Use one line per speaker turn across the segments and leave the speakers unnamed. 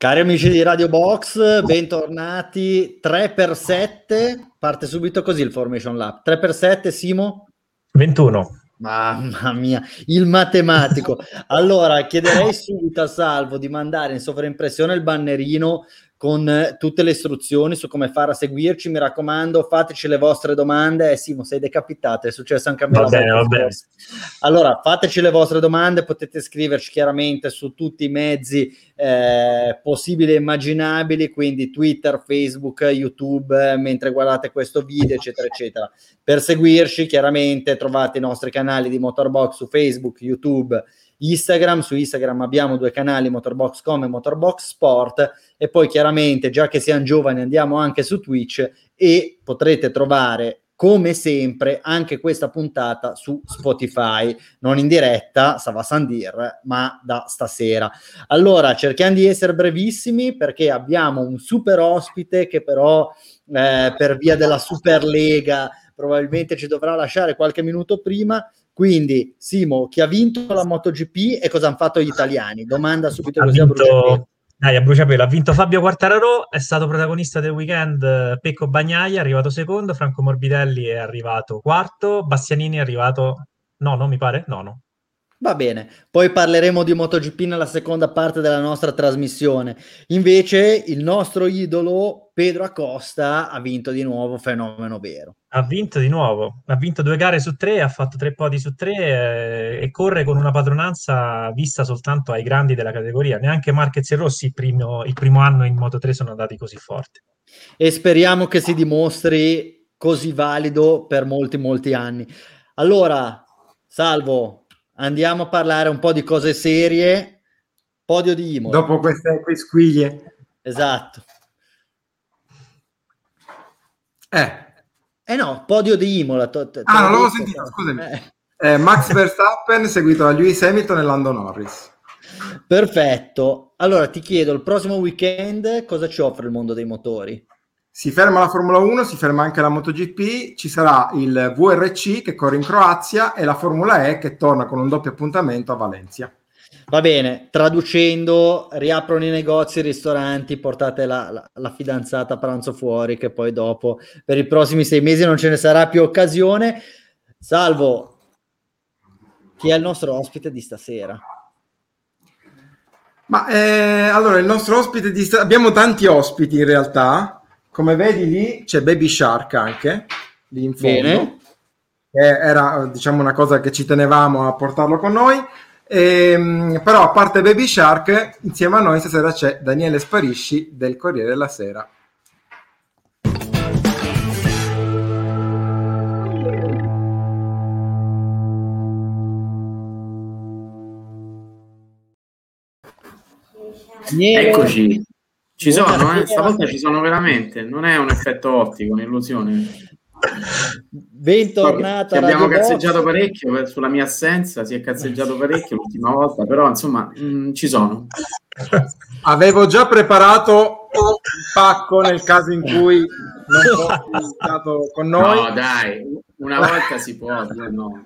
Cari amici di Radio Box, bentornati. 3x7, parte subito così il Formation Lab. 3x7, Simo?
21.
Mamma mia, il matematico. Allora, chiederei subito a Salvo di mandare in sovraimpressione il bannerino con tutte le istruzioni su come fare a seguirci. Mi raccomando, fateci le vostre domande. Simo, sei decapitato, è successo anche a me
Va
la
bene,
volta
va bene.
scorsa. Allora, fateci le vostre domande, potete scriverci chiaramente su tutti i mezzi possibili e immaginabili, quindi Twitter, Facebook, YouTube, mentre guardate questo video, eccetera, eccetera. Per seguirci, chiaramente, trovate i nostri canali di Motorbox su Facebook, YouTube, Instagram. Su Instagram abbiamo 2 canali, Motorbox.com e Motorbox Sport, e poi chiaramente, già che siamo giovani, andiamo anche su Twitch e potrete trovare come sempre anche questa puntata su Spotify, non in diretta, ça va sans dire, ma da stasera. Allora, cerchiamo di essere brevissimi perché abbiamo un super ospite che però per via della Superlega probabilmente ci dovrà lasciare qualche minuto prima. Quindi, Simo, chi ha vinto la MotoGP e cosa hanno fatto gli italiani? Domanda subito così a bruciapelo.
A bruciapelo. Ha vinto Fabio Quartararo, è stato protagonista del weekend Pecco Bagnaia, è arrivato secondo, Franco Morbidelli è arrivato quarto, Bastianini è arrivato nono, mi pare? Nono.
Va bene, poi parleremo di MotoGP nella seconda parte della nostra trasmissione. Invece il nostro idolo Pedro Acosta ha vinto di nuovo, fenomeno vero.
Ha vinto di nuovo, ha vinto 2 gare su 3, ha fatto 3 podi su 3 e corre con una padronanza vista soltanto ai grandi della categoria. Neanche Marquez e Rossi il primo anno in Moto3 sono andati così forti.
E speriamo che si dimostri così valido per molti anni. Allora, Salvo, andiamo a parlare un po' di cose serie. Podio di Imola.
Dopo queste quisquiglie.
Esatto. No, podio di Imola.
Non l'avevo sentito, scusami. Max Verstappen seguito da Lewis Hamilton e Lando Norris.
Perfetto. Allora ti chiedo, il prossimo weekend cosa ci offre il mondo dei motori?
Si ferma la Formula 1, si ferma anche la MotoGP, ci sarà il VRC che corre in Croazia e la Formula E che torna con un doppio appuntamento a Valencia.
Va bene, traducendo, riaprono i negozi, i ristoranti, portate la fidanzata a pranzo fuori, che poi dopo per i prossimi 6 mesi non ce ne sarà più occasione. Salvo, chi è il nostro ospite di stasera?
Ma allora il nostro ospite abbiamo tanti ospiti in realtà, come vedi lì c'è Baby Shark anche lì in fondo.
Bene.
Era diciamo una cosa che ci tenevamo a portarlo con noi. Però a parte Baby Shark, insieme a noi stasera c'è Daniele Sparisci del Corriere della Sera.
Eccoci, ci sono, stavolta ci sono veramente, non è un effetto ottico, un'illusione.
Bentornato.
Abbiamo cazzeggiato parecchio sulla mia assenza, si è cazzeggiato parecchio l'ultima volta, però insomma ci sono.
Avevo già preparato un pacco nel caso in cui non fossi stato con noi.
No dai, una volta si può, no.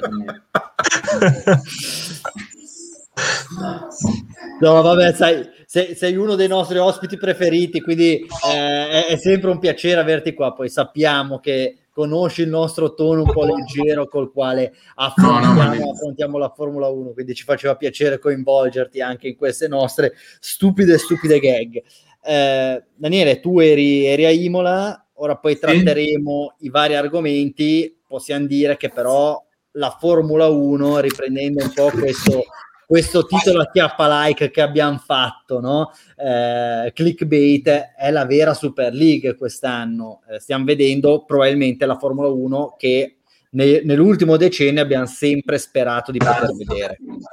No, vabbè, sai, sei uno dei nostri ospiti preferiti, quindi è sempre un piacere averti qua. Poi sappiamo che conosci il nostro tono un po' leggero col quale affrontiamo la Formula 1, quindi ci faceva piacere coinvolgerti anche in queste nostre stupide gag. Daniele, tu eri a Imola, ora poi tratteremo i vari argomenti. Possiamo dire che però la Formula 1, riprendendo un po' questo titolo a chiappa like che abbiamo fatto, no? Clickbait, è la vera Super League quest'anno. Stiamo vedendo probabilmente la Formula 1 che nell'ultimo decennio abbiamo sempre sperato di poter vedere.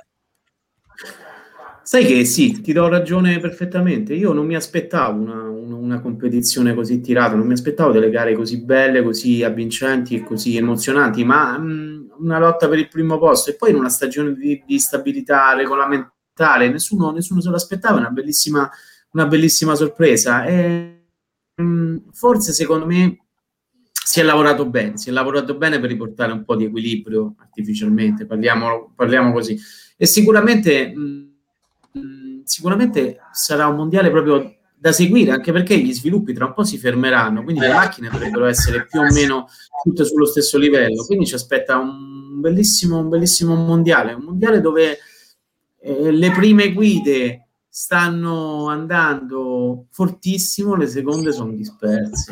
Sai che sì, ti do ragione perfettamente. Io non mi aspettavo una competizione così tirata, non mi aspettavo delle gare così belle, così avvincenti e così emozionanti, ma una lotta per il primo posto e poi in una stagione di stabilità regolamentare, nessuno se l'aspettava, una bellissima sorpresa. E, forse secondo me si è lavorato bene per riportare un po' di equilibrio artificialmente, parliamo così. E sicuramente sicuramente sarà un mondiale proprio da seguire, anche perché gli sviluppi tra un po' si fermeranno, quindi le macchine dovrebbero essere più o meno tutte sullo stesso livello, quindi ci aspetta un bellissimo mondiale, un mondiale dove le prime guide stanno andando fortissimo, le seconde sono disperse,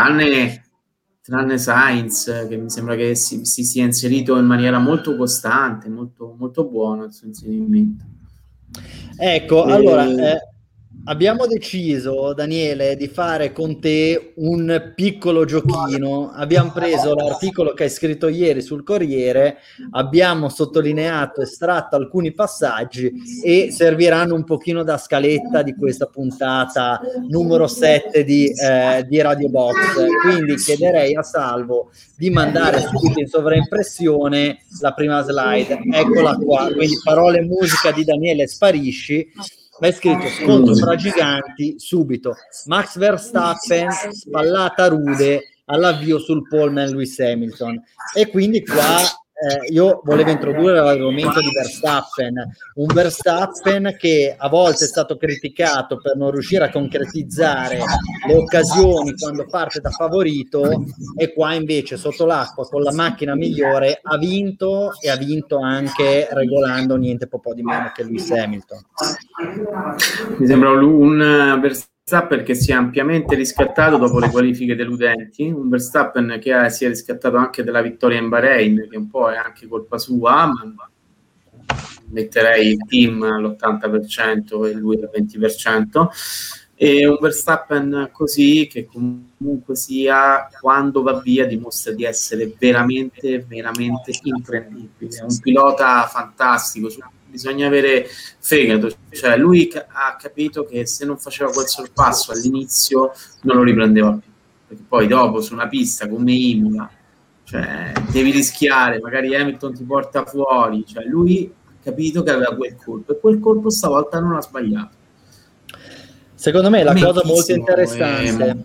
tranne Sainz, che mi sembra che si sia inserito in maniera molto costante, molto, molto buono il suo inserimento.
Ecco, allora abbiamo deciso, Daniele, di fare con te un piccolo giochino. Abbiamo preso l'articolo che hai scritto ieri sul Corriere, abbiamo sottolineato, estratto alcuni passaggi e serviranno un pochino da scaletta di questa puntata numero 7 di Radio Box. Quindi chiederei a Salvo di mandare subito in sovraimpressione la prima slide. Eccola qua, quindi parole e musica di Daniele Sparisci. È scritto scontro fra giganti, subito Max Verstappen, spallata rude all'avvio sul poleman Lewis Hamilton, e quindi qua io volevo introdurre l'argomento di Verstappen, un Verstappen che a volte è stato criticato per non riuscire a concretizzare le occasioni quando parte da favorito, e qua invece sotto l'acqua con la macchina migliore ha vinto, e ha vinto anche regolando niente po' di meno che Lewis Hamilton.
Mi sembra un Verstappen che si è ampiamente riscattato dopo le qualifiche deludenti, un Verstappen che si è riscattato anche della vittoria in Bahrain, che un po' è anche colpa sua, ma metterei il team all'80% e lui al 20%, e un Verstappen così che comunque sia, quando va via dimostra di essere veramente, veramente imprendibile, è un pilota fantastico, bisogna avere fegato, cioè lui ha capito che se non faceva quel sorpasso all'inizio non lo riprendeva più, perché poi dopo su una pista come Imola, cioè devi rischiare, magari Hamilton ti porta fuori, cioè lui ha capito che aveva quel colpo, e quel colpo stavolta non ha sbagliato.
Secondo me la cosa molto interessante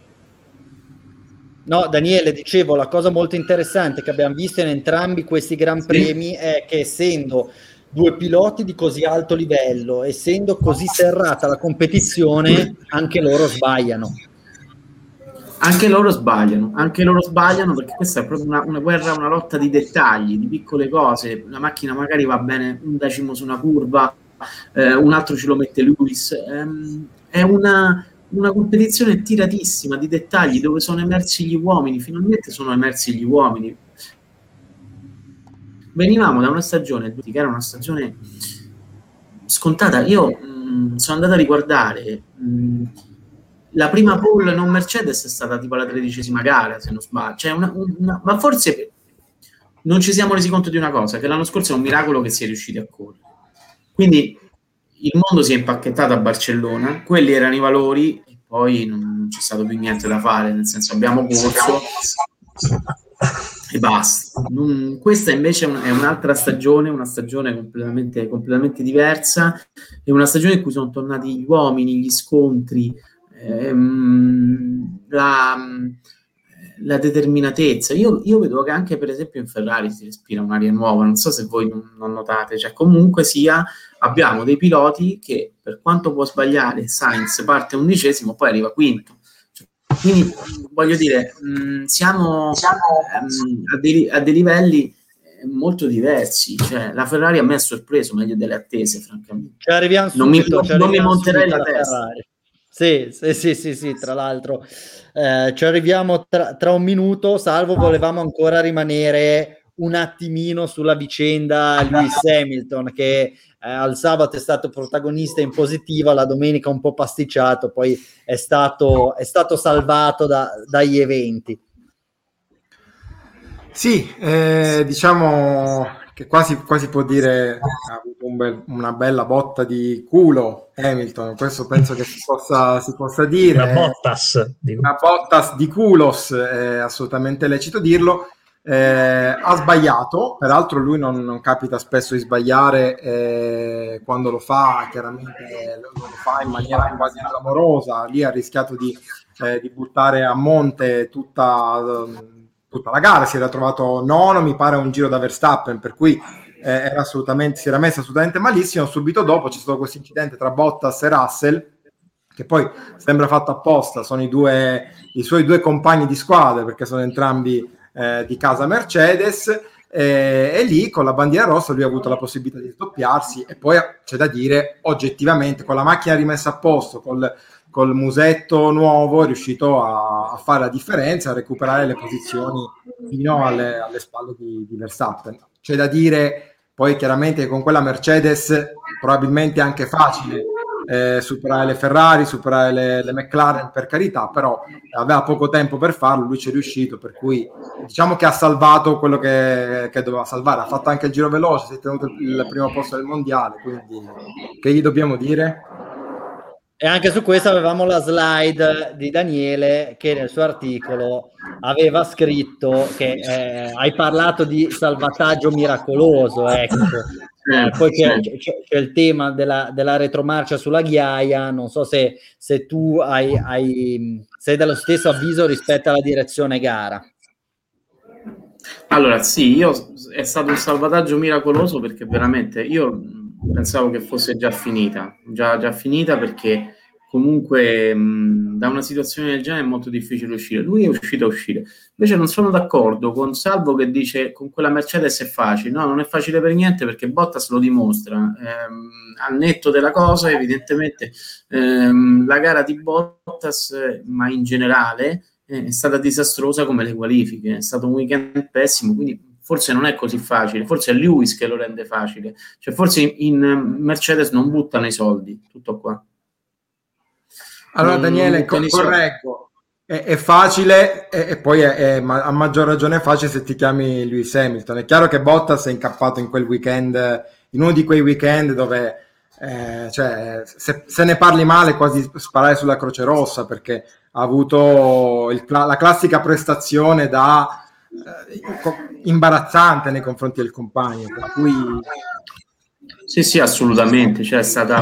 no, Daniele, dicevo, la cosa molto interessante che abbiamo visto in entrambi questi Gran Premi è che, essendo due piloti di così alto livello, essendo così serrata la competizione, anche loro sbagliano.
Anche loro sbagliano, perché questa è proprio una guerra, una lotta di dettagli, di piccole cose. La macchina magari va bene un decimo su una curva, un altro ce lo mette Lewis. È una competizione tiratissima di dettagli, dove sono emersi gli uomini, finalmente sono emersi gli uomini. Venivamo da una stagione che era una stagione scontata. Io sono andato a riguardare la prima pole non Mercedes, è stata tipo la 13ª gara, se non sbaglio, cioè ma forse non ci siamo resi conto di una cosa, che l'anno scorso è un miracolo che si è riusciti a correre, quindi il mondo si è impacchettato a Barcellona, quelli erano i valori, e poi non c'è stato più niente da fare, nel senso abbiamo corso e basta. Questa invece è un'altra stagione, una stagione completamente diversa, è una stagione in cui sono tornati gli uomini, gli scontri, la determinatezza. Io vedo che anche per esempio in Ferrari si respira un'aria nuova, non so se voi non notate, cioè comunque sia abbiamo dei piloti che, per quanto può sbagliare, Sainz parte 11°, poi arriva quinto. Quindi voglio dire, siamo a dei livelli molto diversi, cioè la Ferrari a me ha sorpreso meglio delle attese, francamente.
Ci arriviamo subito,
non mi monterei la testa.
Sì, tra l'altro ci arriviamo tra un minuto. Salvo, volevamo ancora rimanere un attimino sulla vicenda Lewis Hamilton, che al sabato è stato protagonista in positivo, la domenica un po' pasticciato, poi è stato salvato dagli eventi.
Sì, diciamo che quasi può dire ha avuto una bella botta di culo Hamilton, questo penso che si possa dire.
Una Bottas
di culos, è assolutamente lecito dirlo. Ha sbagliato, peraltro lui non capita spesso di sbagliare, quando lo fa chiaramente lo fa in maniera quasi clamorosa. Lì ha rischiato di buttare a monte tutta la gara, si era trovato nono, mi pare, un giro da Verstappen, per cui si era messa assolutamente malissimo. Subito dopo c'è stato questo incidente tra Bottas e Russell, che poi sembra fatto apposta, sono i suoi due compagni di squadra, perché sono entrambi di casa Mercedes, e lì con la bandiera rossa lui ha avuto la possibilità di sdoppiarsi, e poi c'è da dire oggettivamente, con la macchina rimessa a posto, col musetto nuovo, è riuscito a fare la differenza, a recuperare le posizioni fino alle spalle di Verstappen. C'è da dire poi chiaramente che con quella Mercedes probabilmente è anche facile superare le Ferrari, superare le McLaren, per carità, però aveva poco tempo per farlo, lui ci è riuscito, per cui diciamo che ha salvato quello che doveva salvare. Ha fatto anche il giro veloce, si è tenuto il primo posto del mondiale, quindi che gli dobbiamo dire?
E anche su questo avevamo la slide di Daniele, che nel suo articolo aveva scritto che hai parlato di salvataggio miracoloso, ecco. Poi c'è il tema della retromarcia sulla ghiaia. Non so se tu sei dello stesso avviso rispetto alla direzione gara.
Allora sì, è stato un salvataggio miracoloso, perché veramente io pensavo che fosse già finita, perché comunque da una situazione del genere è molto difficile uscire. Lui è uscito a uscire. Invece non sono d'accordo con Salvo che dice con quella Mercedes è facile. No, non è facile per niente, perché Bottas lo dimostra. Al netto della cosa, evidentemente la gara di Bottas, ma in generale, è stata disastrosa come le qualifiche. È stato un weekend pessimo, quindi forse non è così facile, forse è Lewis che lo rende facile, cioè forse in Mercedes non buttano i soldi, tutto qua.
Allora Daniele, correggo, è facile, e poi a maggior ragione è facile se ti chiami Lewis Hamilton. È chiaro che Bottas è incappato in quel weekend, in uno di quei weekend dove cioè, se ne parli male quasi sparare sulla Croce Rossa, perché ha avuto la classica prestazione da imbarazzante nei confronti del compagno, per cui
sì, assolutamente, cioè è stata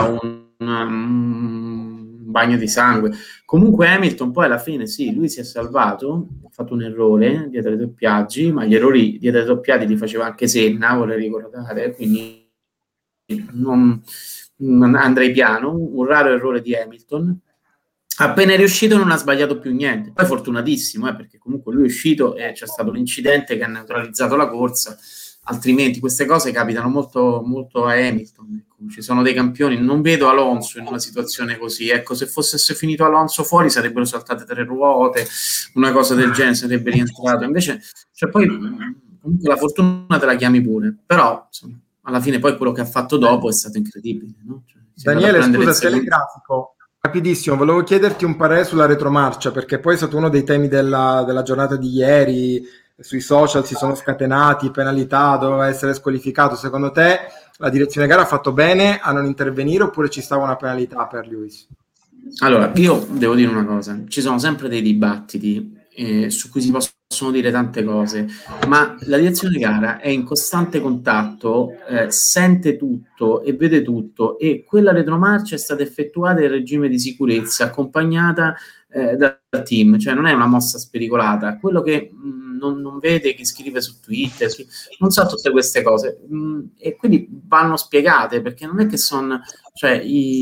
un bagno di sangue. Comunque Hamilton poi alla fine sì, lui si è salvato, ha fatto un errore dietro ai doppiaggi, ma gli errori dietro ai doppiati li faceva anche Senna, vorrei ricordare, quindi non andrei piano. Un raro errore di Hamilton. Appena è riuscito non ha sbagliato più niente, poi fortunatissimo, perché comunque lui è uscito e c'è stato l'incidente che ha neutralizzato la corsa, altrimenti queste cose capitano molto, molto a Hamilton. Ci sono dei campioni, non vedo Alonso in una situazione così, ecco, se fosse finito Alonso fuori sarebbero saltate 3 ruote, una cosa del genere, sarebbe rientrato. Invece, cioè, poi comunque la fortuna te la chiami pure, però insomma, alla fine poi quello che ha fatto dopo è stato incredibile, no? Cioè,
Daniele, scusa, telegrafico, rapidissimo, volevo chiederti un parere sulla retromarcia, perché poi è stato uno dei temi della giornata di ieri. Sui social si sono scatenati, penalità, doveva essere squalificato. Secondo te la direzione gara ha fatto bene a non intervenire, oppure ci stava una penalità per Lewis?
Allora, io devo dire una cosa, ci sono sempre dei dibattiti su cui si possono dire tante cose, ma la direzione gara è in costante contatto, sente tutto e vede tutto, e quella retromarcia è stata effettuata in regime di sicurezza, accompagnata dal team, cioè non è una mossa spericolata. Quello che non vede, che scrive su Twitter, non so, tutte queste cose, e quindi vanno spiegate, perché non è che sono, cioè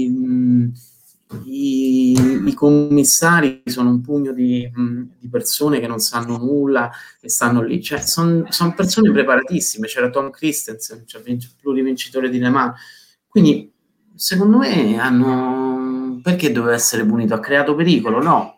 i commissari sono un pugno di persone che non sanno nulla e stanno lì, cioè sono persone preparatissime. C'era Tom Christensen, cioè plurivincitore di Le Mans, quindi secondo me perché doveva essere punito? Ha creato pericolo? No,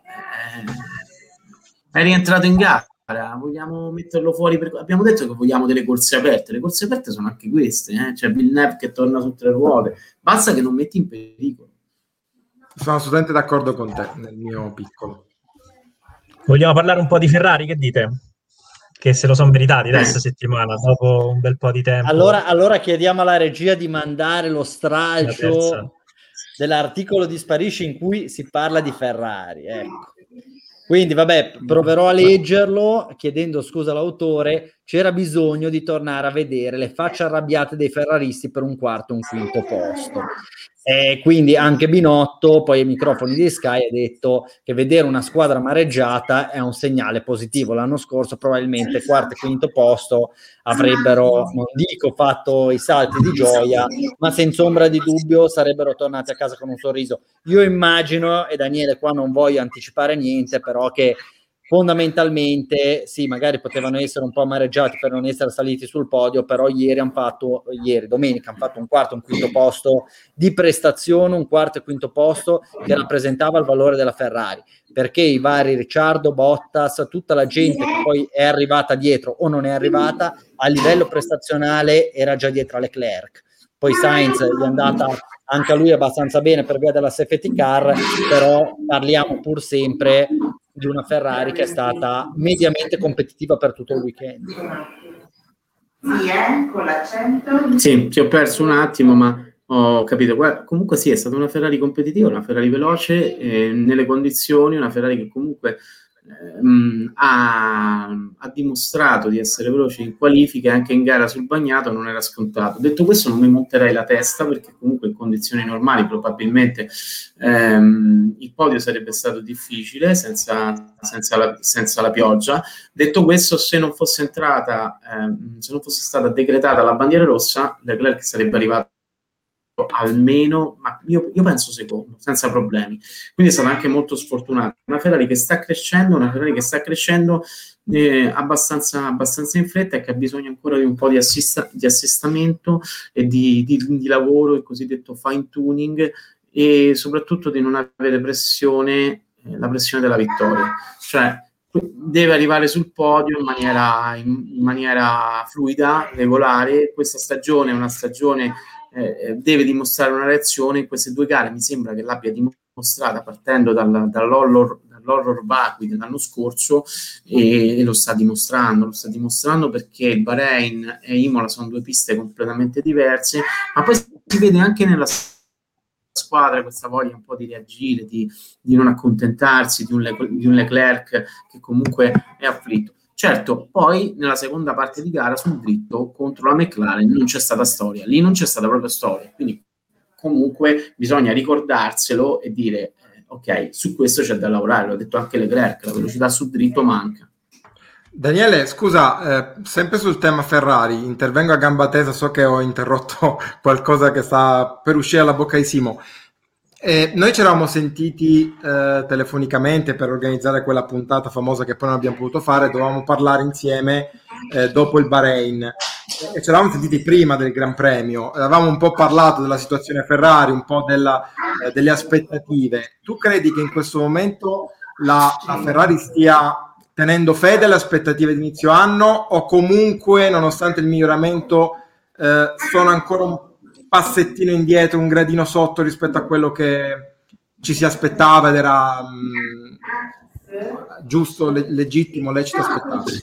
è rientrato in gara. Vogliamo metterlo fuori abbiamo detto che vogliamo delle corse aperte. Le corse aperte sono anche queste, C'è Villeneuve che torna su 3 ruote, basta che non metti in pericolo.
Sono assolutamente d'accordo con te, nel mio piccolo.
Vogliamo parlare un po' di Ferrari, che dite? Che se lo sono meritati questa settimana, dopo un bel po' di tempo.
Allora chiediamo alla regia di mandare lo stralcio dell'articolo di Sparisci in cui si parla di Ferrari, ecco. Quindi vabbè, proverò a leggerlo chiedendo scusa all'autore. C'era bisogno di tornare a vedere le facce arrabbiate dei ferraristi per un quarto e un quinto posto. Quindi anche Binotto, poi ai microfoni di Sky, ha detto che vedere una squadra amareggiata è un segnale positivo. L'anno scorso probabilmente quarto e quinto posto avrebbero, non dico fatto i salti di gioia, ma senza ombra di dubbio sarebbero tornati a casa con un sorriso. Io immagino, e Daniele qua non voglio anticipare niente, però che fondamentalmente sì, magari potevano essere un po' amareggiati per non essere saliti sul podio, però domenica hanno fatto un quarto, un quinto posto di prestazione, un quarto e quinto posto che rappresentava il valore della Ferrari, perché i vari Ricciardo, Bottas, tutta la gente che poi è arrivata dietro o non è arrivata, a livello prestazionale era già dietro a Leclerc. Poi Sainz gli è andata anche a lui abbastanza bene per via della safety car, però parliamo pur sempre di una Ferrari che è stata mediamente competitiva per tutto il weekend.
Con l'accento. Sì, ti ho perso un attimo, ma ho capito. Guarda, comunque sì, è stata una Ferrari competitiva, una Ferrari veloce, nelle condizioni, una Ferrari che comunque ha dimostrato di essere veloce in qualifica e anche in gara sul bagnato non era scontato. Detto questo, non mi monterei la testa, perché comunque in condizioni normali probabilmente il podio sarebbe stato difficile senza la pioggia. Detto questo, se non fosse stata decretata la bandiera rossa, Leclerc sarebbe arrivato almeno, ma io penso secondo, senza problemi. Quindi è stata anche molto sfortunata. Una Ferrari che sta crescendo abbastanza in fretta, e che ha bisogno ancora di un po' di assestamento e di lavoro, il cosiddetto fine tuning, e soprattutto di non avere la pressione della vittoria. Cioè, deve arrivare sul podio in maniera fluida, regolare. Questa stagione è una stagione, deve dimostrare una reazione. In queste due gare mi sembra che l'abbia dimostrata, partendo dall'horror vacui dell'anno scorso, e lo sta dimostrando perché il Bahrain e Imola sono due piste completamente diverse, ma poi si vede anche nella squadra questa voglia un po' di reagire, di non accontentarsi di un Leclerc che comunque è afflitto. Certo, poi nella seconda parte di gara sul dritto contro la McLaren non c'è stata storia, lì non c'è stata proprio storia, quindi comunque bisogna ricordarselo e dire ok, su questo c'è da lavorare. L'ho detto anche Leclerc, la velocità sul dritto manca.
Daniele, scusa, sempre sul tema Ferrari, intervengo a gamba tesa, so che ho interrotto qualcosa che sta per uscire dalla bocca di Simo. Noi ci eravamo sentiti telefonicamente per organizzare quella puntata famosa che poi non abbiamo potuto fare, dovevamo parlare insieme dopo il Bahrain, e ci eravamo sentiti prima del Gran Premio, avevamo un po' parlato della situazione Ferrari, un po' delle aspettative. Tu credi che in questo momento la Ferrari stia tenendo fede alle aspettative di inizio anno, o comunque, nonostante il miglioramento, sono ancora un passettino indietro, un gradino sotto rispetto a quello che ci si aspettava ed era giusto, legittimo, lecito aspettarsi?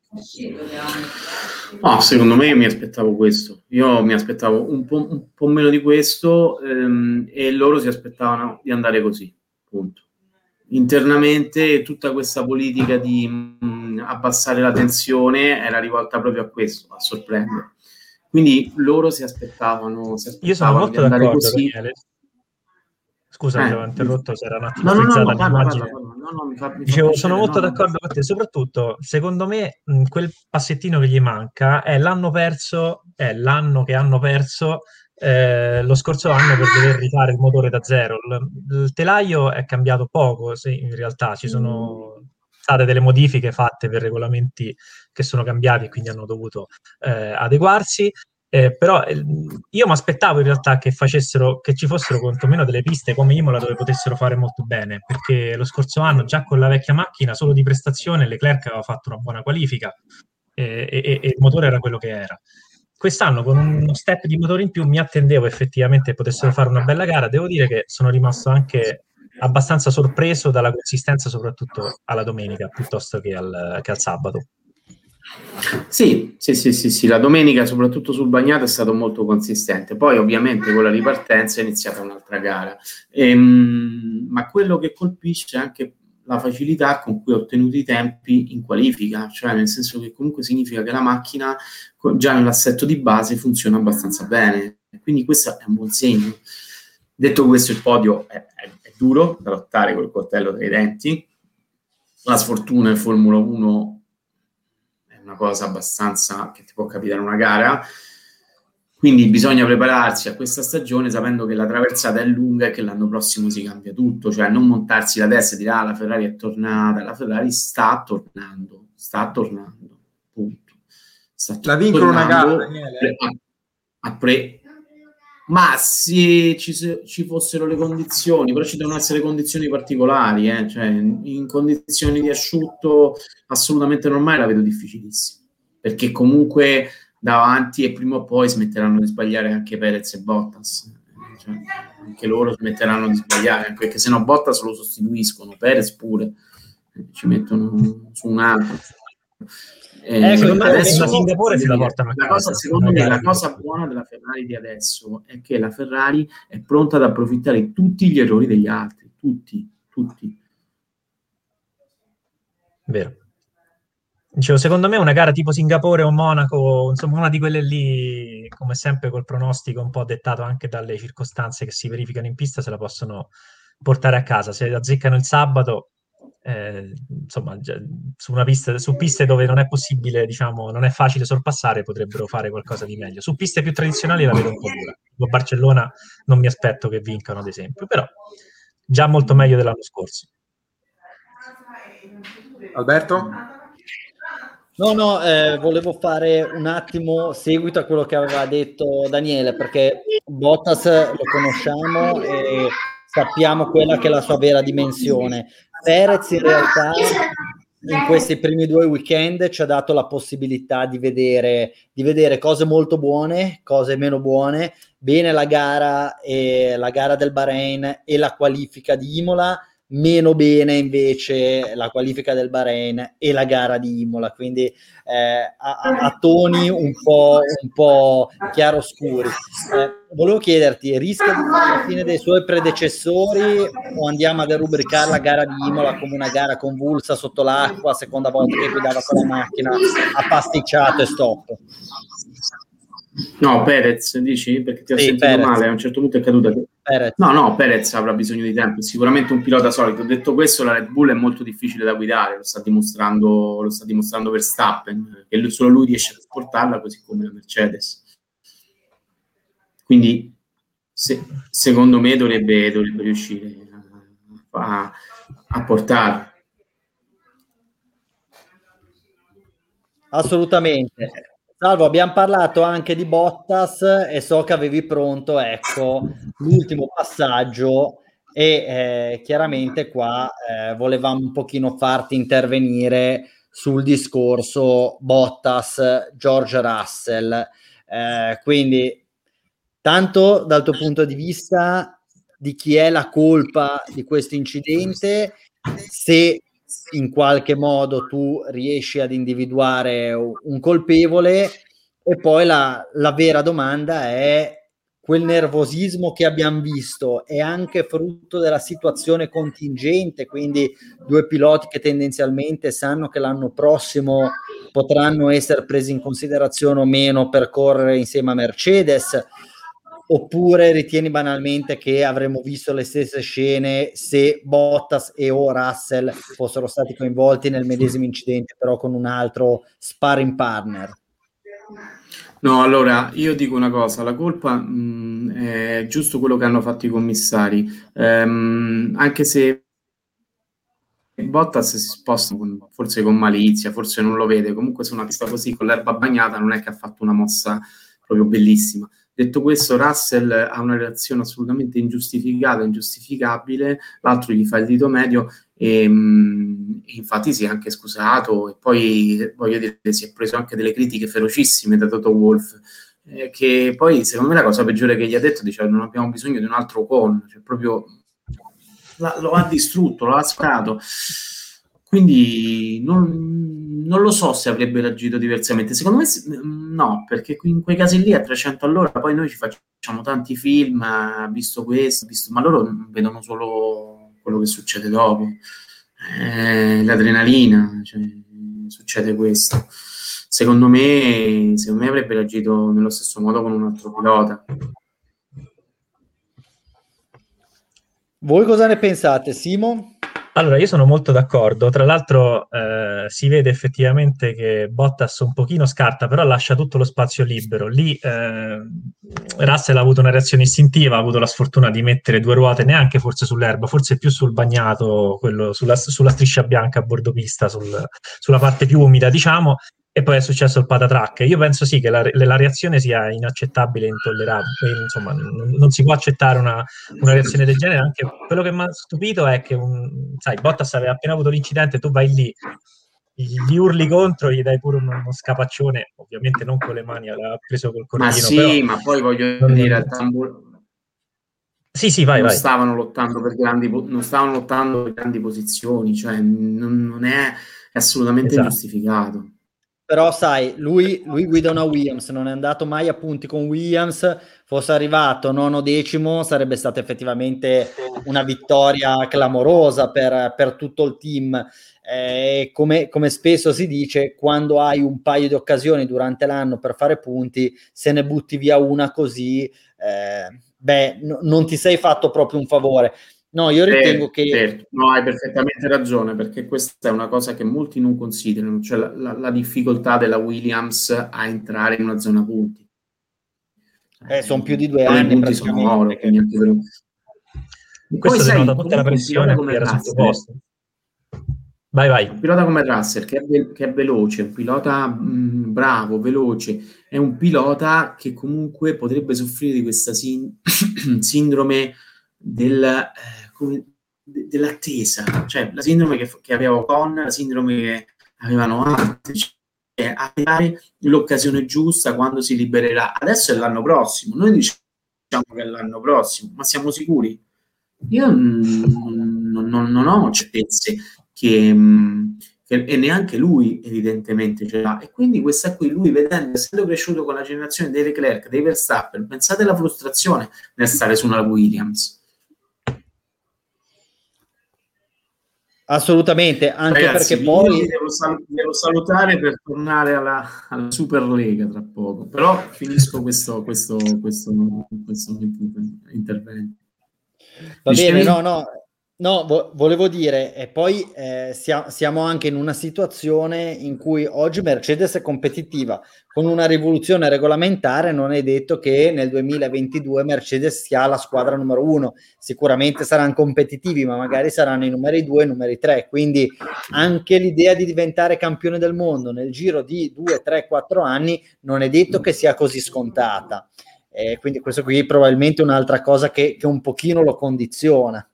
No, secondo me mi aspettavo questo. Io mi aspettavo un po' meno di questo, e loro si aspettavano di andare così, punto. Internamente tutta questa politica di abbassare la tensione era rivolta proprio a questo, a sorprendere. Quindi loro si aspettavano
Io sono molto
di andare
d'accordo,
così.
Daniele. Scusa, ti ho interrotto, si era un attimo frizzata l'immagine. Dicevo, sono molto d'accordo con te, soprattutto, secondo me, quel passettino che gli manca è l'anno che hanno perso lo scorso anno per dover rifare il motore da zero. Il telaio è cambiato poco, sì, in realtà ci sono state delle modifiche fatte per regolamenti che sono cambiati e quindi hanno dovuto adeguarsi. Però io mi aspettavo in realtà che ci fossero quantomeno delle piste come Imola dove potessero fare molto bene, perché lo scorso anno già con la vecchia macchina solo di prestazione Leclerc aveva fatto una buona qualifica e il motore era quello che era. Quest'anno con uno step di motore in più mi attendevo effettivamente che potessero fare una bella gara. Devo dire che sono rimasto anche abbastanza sorpreso dalla consistenza, soprattutto alla domenica piuttosto che al sabato.
Sì, la domenica soprattutto sul bagnato è stato molto consistente, poi ovviamente con la ripartenza è iniziata un'altra gara, ma quello che colpisce è anche la facilità con cui ha ottenuto i tempi in qualifica, cioè nel senso che comunque significa che la macchina già nell'assetto di base funziona abbastanza bene, quindi questo è un buon segno. Detto questo, il podio è duro da lottare col coltello tra i denti. La sfortuna in Formula 1 è una cosa abbastanza che ti può capitare una gara, quindi bisogna prepararsi a questa stagione sapendo che la traversata è lunga e che l'anno prossimo si cambia tutto, cioè non montarsi la testa e dire la Ferrari è tornata. La Ferrari sta tornando, punto.
La vincono una gara, Daniele?
Ma se ci fossero le condizioni, però ci devono essere condizioni particolari, cioè in condizioni di asciutto assolutamente normali la vedo difficilissima, perché comunque davanti e prima o poi smetteranno di sbagliare anche Perez e Bottas, cioè, anche loro smetteranno di sbagliare, perché se no Bottas lo sostituiscono, Perez pure, ci mettono su un altro.
Adesso da Singapore se la portano a casa.
Secondo me la cosa buona della Ferrari di adesso è che la Ferrari è pronta ad approfittare di tutti gli errori degli altri, tutti.
Vero. Dicevo, secondo me una gara tipo Singapore o Monaco, insomma una di quelle lì, come sempre col pronostico un po' dettato anche dalle circostanze che si verificano in pista, se la possono portare a casa. Se azzeccano il sabato, insomma, su una pista, su piste dove non è possibile, diciamo, non è facile sorpassare, potrebbero fare qualcosa di meglio. Su piste più tradizionali la vedo un po' dura. Tipo Barcellona non mi aspetto che vincano, ad esempio, però già molto meglio dell'anno scorso.
Alberto?
No, volevo fare un attimo seguito a quello che aveva detto Daniele, perché Bottas lo conosciamo e sappiamo quella che è la sua vera dimensione. Perez in realtà in questi primi 2 weekend ci ha dato la possibilità di vedere cose molto buone, cose meno buone, bene la gara del Bahrain e la qualifica di Imola, meno bene invece la qualifica del Bahrain e la gara di Imola, quindi a toni un po' chiaroscuri. Volevo chiederti, rischia di fare la fine dei suoi predecessori o andiamo a derubricare la gara di Imola come una gara convulsa sotto l'acqua, seconda volta che guidava con la macchina, ha pasticciato e stop?
No, Perez, dici? Perché ti ho sentito
Perez.
male, a un certo punto è caduta.
Perez.
No, Perez avrà bisogno di tempo, sicuramente un pilota solido. Detto questo, la Red Bull è molto difficile da guidare, lo sta dimostrando Verstappen, che solo lui riesce a portarla, così come la Mercedes. Quindi, secondo me, dovrebbe riuscire a portarla.
Assolutamente. Salvo, abbiamo parlato anche di Bottas e so che avevi pronto, ecco, l'ultimo passaggio e chiaramente qua volevamo un pochino farti intervenire sul discorso Bottas, George Russell. Quindi, tanto dal tuo punto di vista di chi è la colpa di questo incidente, se in qualche modo tu riesci ad individuare un colpevole, e poi la vera domanda è: quel nervosismo che abbiamo visto è anche frutto della situazione contingente, quindi 2 piloti che tendenzialmente sanno che l'anno prossimo potranno essere presi in considerazione o meno per correre insieme a Mercedes, oppure ritieni banalmente che avremmo visto le stesse scene se Bottas e o Russell fossero stati coinvolti nel medesimo incidente, però con un altro sparring partner?
No, allora, io dico una cosa, la colpa è giusto quello che hanno fatto i commissari, anche se Bottas si sposta forse con malizia, forse non lo vede, comunque su una pista così con l'erba bagnata non è che ha fatto una mossa proprio bellissima. Detto questo, Russell ha una reazione assolutamente ingiustificata, ingiustificabile, l'altro gli fa il dito medio e infatti si è anche scusato, e poi voglio dire si è preso anche delle critiche ferocissime da Toto Wolff, che poi secondo me la cosa peggiore che gli ha detto, dice non abbiamo bisogno di un altro con, cioè proprio lo ha distrutto, lo ha sparato. Quindi non lo so se avrebbe reagito diversamente. Secondo me no, perché in quei casi lì a 300 all'ora poi noi ci facciamo tanti film, visto questo, ma loro vedono solo quello che succede dopo. L'adrenalina, cioè, succede questo. Secondo me avrebbe reagito nello stesso modo con un altro pilota.
Voi cosa ne pensate, Simo?
Allora, io sono molto d'accordo. Tra l'altro, si vede effettivamente che Bottas un pochino scarta, però lascia tutto lo spazio libero. Lì Russell ha avuto una reazione istintiva, ha avuto la sfortuna di mettere due ruote neanche forse sull'erba, forse più sul bagnato, quello sulla striscia bianca a bordo pista, sulla parte più umida, diciamo. E poi è successo il patatrack. Io penso sì che la reazione sia inaccettabile e intollerabile. Insomma, non si può accettare una reazione del genere. Anche quello che mi ha stupito è che, sai, Bottas aveva appena avuto l'incidente, tu vai lì, gli urli contro, gli dai pure uno scapaccione, ovviamente non con le mani, l'ha preso col
Ma
cordino,
sì,
però
ma poi voglio dire, al tamburo
sì, vai,
non
vai.
stavano lottando per grandi posizioni, cioè non è assolutamente
Esatto.
ingiustificato.
Però sai, lui guida una Williams, non è andato mai a punti con Williams, fosse arrivato nono decimo sarebbe stata effettivamente una vittoria clamorosa per tutto il team. Come spesso si dice, quando hai un paio di occasioni durante l'anno per fare punti, se ne butti via una così, non ti sei fatto proprio un favore. No, io ritengo che...
Certo. No, hai perfettamente ragione, perché questa è una cosa che molti non considerano, cioè la difficoltà della Williams a entrare in una zona punti.
sono più di 2
Poi
anni
i punti sono oro,
praticamente.
quindi anche per...
Questo
Poi
denota
sai,
tutta la
comunque un pilota
pressione a cui
come
era
Russell,
sottoposto. Vai.
un pilota come Russell che è veloce, un pilota bravo, veloce, è un pilota che comunque potrebbe soffrire di questa sindrome dell'attesa, cioè la sindrome che aveva Ocon, la sindrome che avevano altri, cioè avere l'occasione giusta quando si libererà. Adesso è l'anno prossimo, noi diciamo che è l'anno prossimo, ma siamo sicuri? Io non ho certezze e neanche lui evidentemente ce l'ha, e quindi questa qui, lui vedendo, essendo cresciuto con la generazione dei Leclerc, dei Verstappen, pensate alla frustrazione nel stare su una Williams.
Assolutamente, anche
Ragazzi,
perché poi...
io devo salutare per tornare alla Superlega tra poco, però finisco questo intervento.
Va
Dicevi?
bene, no, volevo dire, e poi siamo anche in una situazione in cui oggi Mercedes è competitiva. Con una rivoluzione regolamentare non è detto che nel 2022 Mercedes sia la squadra numero 1. Sicuramente saranno competitivi, ma magari saranno i numeri 2 e i numeri 3. Quindi anche l'idea di diventare campione del mondo nel giro di 2, 3, 4 anni non è detto che sia così scontata. Quindi questo qui probabilmente è un'altra cosa che un pochino lo condiziona.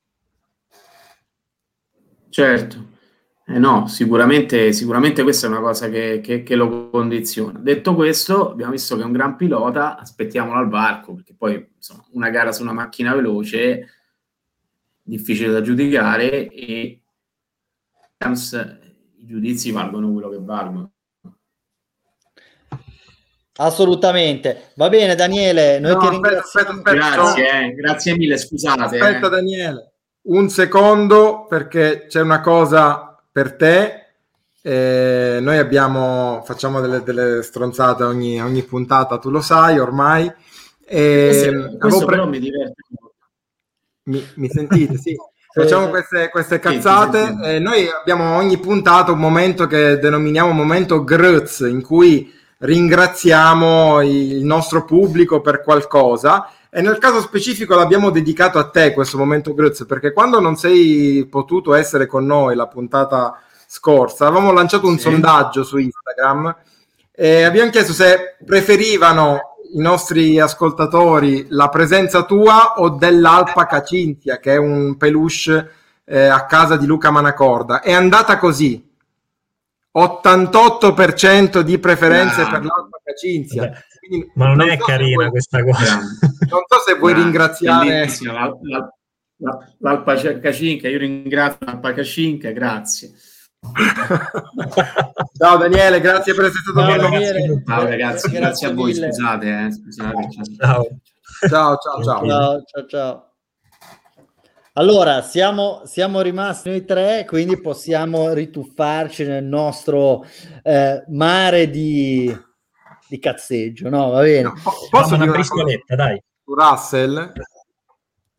Certo, no, sicuramente questa è una cosa che lo condiziona. Detto questo, abbiamo visto che è un gran pilota, aspettiamolo al varco, perché poi insomma, una gara su una macchina veloce difficile da giudicare, e i giudizi valgono quello che valgono.
Assolutamente. Va bene, Daniele, noi ti ringraziamo.
Aspetta.
Grazie mille, scusate.
Aspetta, Daniele, un secondo, perché c'è una cosa per te. Noi facciamo delle stronzate ogni puntata, tu lo sai ormai.
Questo però mi diverte molto.
Mi sentite? Sì. Facciamo queste cazzate.
Sì.
Noi abbiamo ogni puntata un momento che denominiamo momento Gruz, in cui ringraziamo il nostro pubblico per qualcosa, e nel caso specifico l'abbiamo dedicato a te questo momento Gruz, perché quando non sei potuto essere con noi la puntata scorsa avevamo lanciato un sondaggio su Instagram e abbiamo chiesto se preferivano i nostri ascoltatori la presenza tua o dell'Alpaca Cinzia, che è un peluche a casa di Luca Manacorda. È andata così: 88% di preferenze per l'Alpaca Cinzia.
Ma non è carina questa cosa.
Non so se vuoi ringraziare
l'Alpaca Cinzia. Io ringrazio l'Alpaca Cinzia, grazie.
Ciao Daniele, grazie per essere stato con noi.
Ciao ragazzi, grazie a voi, scusate.
Ciao. Allora, siamo rimasti noi tre, quindi possiamo rituffarci nel nostro mare di cazzeggio, no? Va bene.
Posso
dire
una
briscoletta, dai.
Su Russell?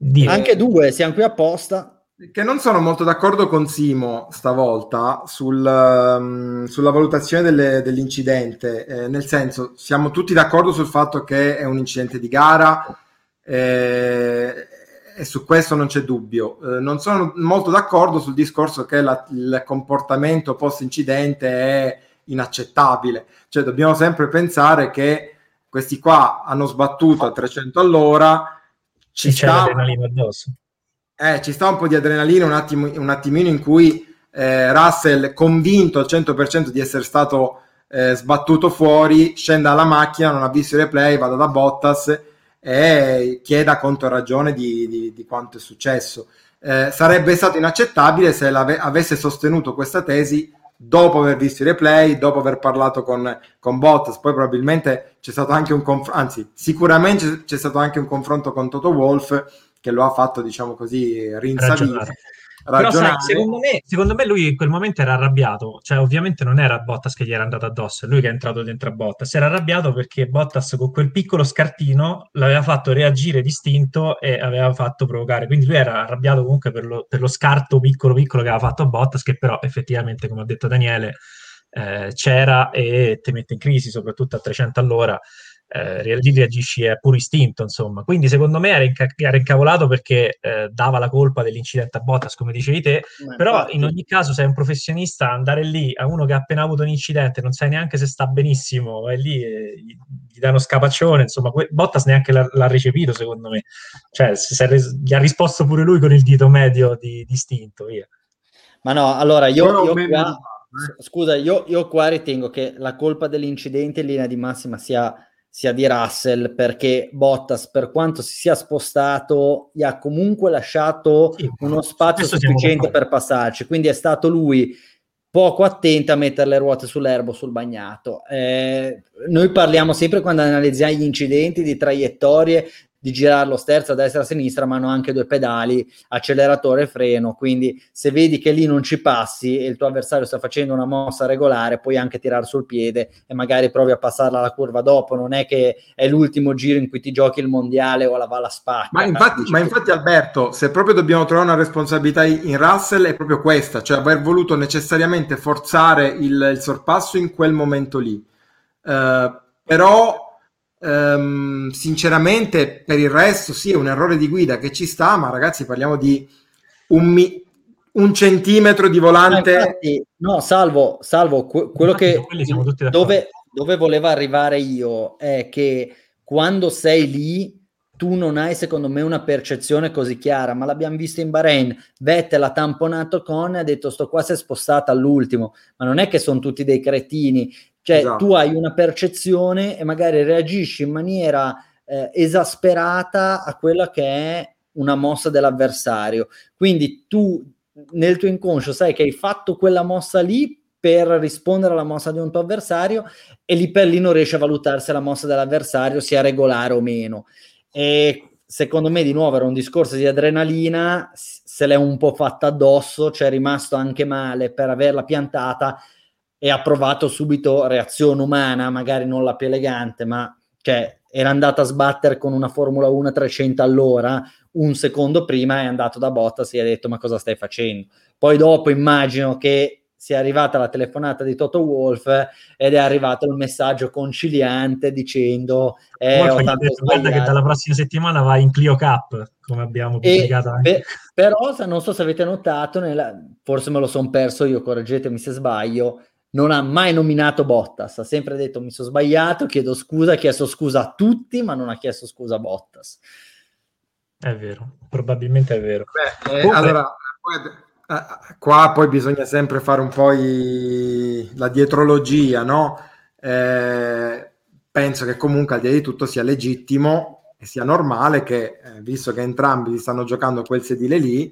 Anche due, siamo qui apposta.
Che non sono molto d'accordo con Simo stavolta sulla valutazione dell'incidente, nel senso, siamo tutti d'accordo sul fatto che è un incidente di gara, e su questo non c'è dubbio. Non sono molto d'accordo sul discorso che il comportamento post incidente è inaccettabile, cioè dobbiamo sempre pensare che questi qua hanno sbattuto a 300 all'ora,
c'è l'adrenalina addosso.
Ci sta un po' di adrenalina, un attimino in cui Russell, convinto al 100% di essere stato sbattuto fuori, scende dalla macchina, non ha visto i replay, vada da Bottas e chieda conto e ragione di quanto è successo. Sarebbe stato inaccettabile se avesse sostenuto questa tesi dopo aver visto i replay, dopo aver parlato con Bottas. Poi probabilmente c'è stato anche sicuramente c'è stato anche un confronto con Toto Wolff che lo ha fatto, diciamo così, rinsavire.
Però sai, secondo me lui in quel momento era arrabbiato, cioè ovviamente non era Bottas che gli era andato addosso, è lui che è entrato dentro a Bottas, era arrabbiato perché Bottas con quel piccolo scartino l'aveva fatto reagire distinto e aveva fatto provocare, quindi lui era arrabbiato comunque per lo scarto piccolo che aveva fatto a Bottas, che però effettivamente, come ha detto Daniele, c'era e ti mette in crisi, soprattutto a 300 all'ora. Lì reagisci a puro istinto, insomma. Quindi secondo me era incavolato perché dava la colpa dell'incidente a Bottas, come dicevi te. Però infatti, in ogni caso sei un professionista, andare lì a uno che ha appena avuto un incidente, non sai neanche se sta benissimo, vai lì e gli dà uno scapaccione, insomma. Bottas neanche l'ha recepito, secondo me, cioè gli ha risposto pure lui con il dito medio di istinto, via.
Ma no, allora io qua ritengo che la colpa dell'incidente in linea di massima sia di Russell, perché Bottas, per quanto si sia spostato, gli ha comunque lasciato uno spazio sufficiente per passarci, quindi è stato lui poco attento a mettere le ruote sull'erbo, sul bagnato. Noi parliamo sempre, quando analizziamo gli incidenti, di traiettorie, di girarlo sterzo a destra e a sinistra, ma hanno anche due pedali, acceleratore e freno, quindi se vedi che lì non ci passi e il tuo avversario sta facendo una mossa regolare, puoi anche tirare sul piede e magari provi a passarla alla curva dopo, non è che è l'ultimo giro in cui ti giochi il mondiale o la Vala Spacca.
Ma infatti Alberto, se proprio dobbiamo trovare una responsabilità in Russell, è proprio questa, cioè aver voluto necessariamente forzare il sorpasso in quel momento lì. Però sinceramente per il resto sì, è un errore di guida che ci sta, ma ragazzi parliamo di un centimetro di volante.
Infatti, no, salvo quello che dove voleva arrivare io è che quando sei lì tu non hai, secondo me, una percezione così chiara, ma l'abbiamo visto in Bahrain. Vettel ha tamponato Con e ha detto sto qua si è spostata all'ultimo, ma non è che sono tutti dei cretini. Cioè, esatto, tu hai una percezione e magari reagisci in maniera esasperata a quella che è una mossa dell'avversario. Quindi tu, nel tuo inconscio, sai che hai fatto quella mossa lì per rispondere alla mossa di un tuo avversario e lì per lì non riesci a valutare se la mossa dell'avversario sia regolare o meno. E secondo me, di nuovo, era un discorso di adrenalina, se l'è un po' fatta addosso, cioè è rimasto anche male per averla piantata, e ha provato subito reazione umana, magari non la più elegante, ma cioè, era andato a sbattere con una Formula 1 a 300 all'ora, un secondo prima è andato da Bottas e gli ha detto ma cosa stai facendo? Poi dopo immagino che sia arrivata la telefonata di Toto Wolff ed è arrivato il messaggio conciliante dicendo
guarda che dalla prossima settimana va in Clio Cup, come abbiamo pubblicato anche.
Però non so se avete notato, forse me lo son perso io, correggetemi se sbaglio, non ha mai nominato Bottas, ha sempre detto mi sono sbagliato, chiedo scusa, ha chiesto scusa a tutti, ma non ha chiesto scusa a Bottas.
È vero, probabilmente è vero.
Allora, qua poi bisogna sempre fare un po' la dietrologia, no? Penso che comunque al di là di tutto sia legittimo e sia normale che, visto che entrambi si stanno giocando quel sedile lì,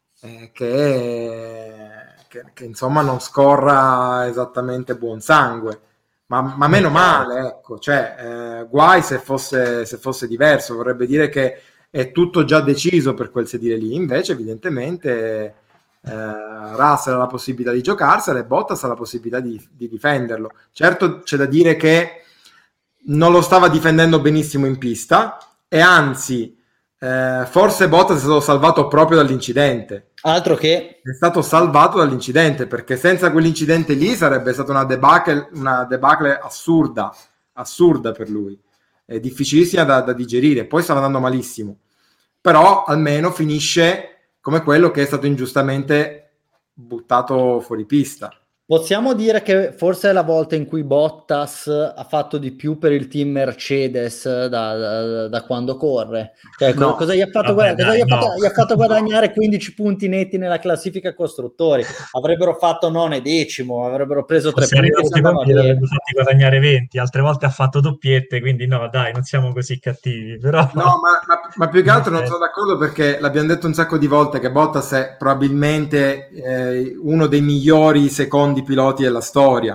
che insomma non scorra esattamente buon sangue, ma meno male, ecco, cioè guai se fosse diverso, vorrebbe dire che è tutto già deciso per quel sedile lì, invece evidentemente Russell ha la possibilità di giocarsela e Bottas ha la possibilità di difenderlo. Certo c'è da dire che non lo stava difendendo benissimo in pista e anzi forse Bottas è stato salvato proprio dall'incidente.
Altro che
È stato salvato dall'incidente, perché senza quell'incidente lì sarebbe stata una debacle assurda per lui. È difficilissima da digerire. Poi stava andando malissimo. Però almeno finisce come quello che è stato ingiustamente buttato fuori pista.
possiamo dire che forse è la volta in cui Bottas ha fatto di più per il team Mercedes da quando corre. Cioè,
No.
cosa gli ha fatto,
Vabbè,
cosa
dai,
gli ha fatto?
no.
Gli ha fatto guadagnare 15 punti netti nella classifica costruttori. Avrebbero fatto 9 e 10º, avrebbero preso 3
Se
punti.
arrivato secondo gli avrebbe fatti guadagnare 20, altre volte ha fatto doppiette, quindi no, dai, non siamo così cattivi, però...
No, ma più che altro non sono d'accordo, perché l'abbiamo detto un sacco di volte che Bottas è probabilmente uno dei migliori secondi piloti della storia.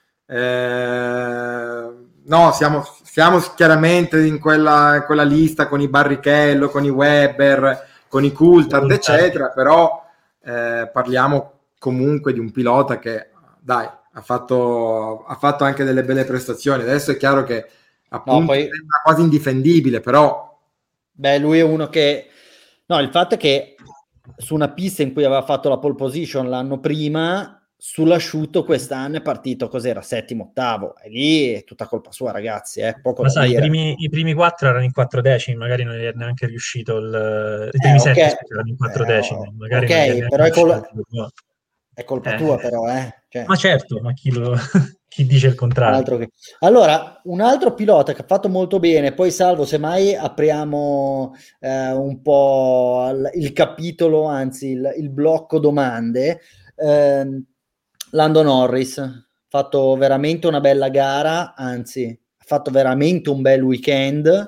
No, siamo chiaramente in quella lista con i Barrichello, con i Webber, con i Coulthard, eccetera, però parliamo comunque di un pilota che, dai, ha fatto anche delle belle prestazioni. Adesso è chiaro che appunto sembra quasi indifendibile, però
lui è uno che il fatto è che su una pista in cui aveva fatto la pole position l'anno prima, sull'asciutto quest'anno è partito, cos'era, settimo, ottavo, e lì è tutta colpa sua, ragazzi, poco
ma
da
sai,
dire.
I primi 4 erano in 4 decimi, magari non è neanche riuscito i primi 7 erano in 4 decimi, magari non è
però
riuscito.
È colpa tua, però, Cioè,
ma certo, ma chi dice il contrario?
Allora, un altro pilota che ha fatto molto bene, poi Salvo, semmai apriamo un po' il capitolo, anzi il blocco domande. Lando Norris ha fatto veramente una bella gara, anzi ha fatto veramente un bel weekend,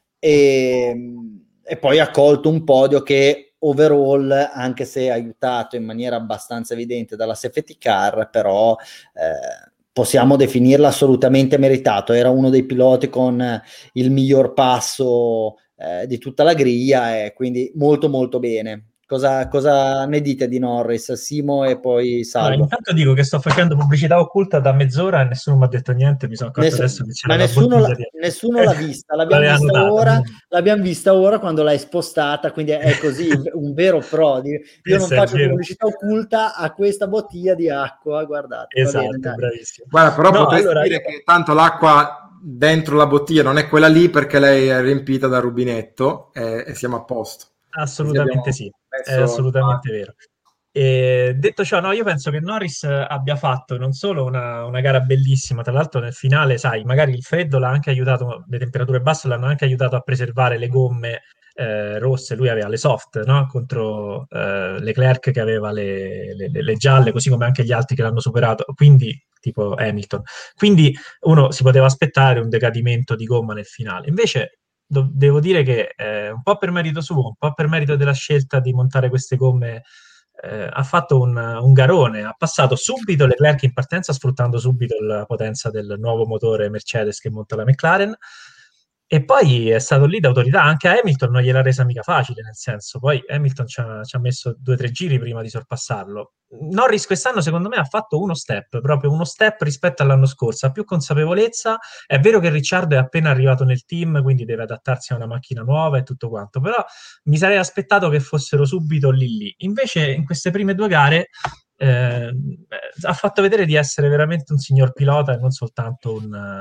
e poi ha colto un podio che overall, anche se aiutato in maniera abbastanza evidente dalla safety car, però possiamo definirla assolutamente meritato. Era uno dei piloti con il miglior passo di tutta la griglia, e quindi molto molto bene. Cosa ne dite di Norris, Simo e poi Salvo?
Allora, intanto dico che sto facendo pubblicità occulta da mezz'ora e nessuno mi ha detto niente, mi sono accorto adesso che c'era
nessuno l'ha vista, l'abbiamo vista ora quando l'hai spostata, quindi è così, un vero pro. Io non faccio pubblicità occulta a questa bottiglia di acqua, guardate.
Esatto,
va bene,
bravissimo.
Guarda, però potresti dire che tanto l'acqua dentro la bottiglia non è quella lì, perché lei è riempita dal rubinetto, e siamo a posto.
Assolutamente sì, è assolutamente vero. E detto ciò, no, io penso che Norris abbia fatto non solo una gara bellissima, tra l'altro nel finale, sai, magari il freddo l'ha anche aiutato, le temperature basse l'hanno anche aiutato a preservare le gomme rosse. Lui aveva le soft, no? Contro Leclerc che aveva le gialle, così come anche gli altri che l'hanno superato, quindi tipo Hamilton. Quindi uno si poteva aspettare un decadimento di gomma nel finale. Invece devo dire che un po' per merito suo, un po' per merito della scelta di montare queste gomme, ha fatto un garone, ha passato subito Leclerc in partenza, sfruttando subito la potenza del nuovo motore Mercedes che monta la McLaren, e poi è stato lì d'autorità. Anche a Hamilton non gliel'ha resa mica facile, nel senso, poi Hamilton ci ha messo 2 o 3 giri prima di sorpassarlo. Norris quest'anno secondo me ha fatto proprio uno step rispetto all'anno scorso, ha più consapevolezza. È vero che Ricciardo è appena arrivato nel team, quindi deve adattarsi a una macchina nuova e tutto quanto, però mi sarei aspettato che fossero subito lì. Invece in queste prime 2 gare ha fatto vedere di essere veramente un signor pilota e non soltanto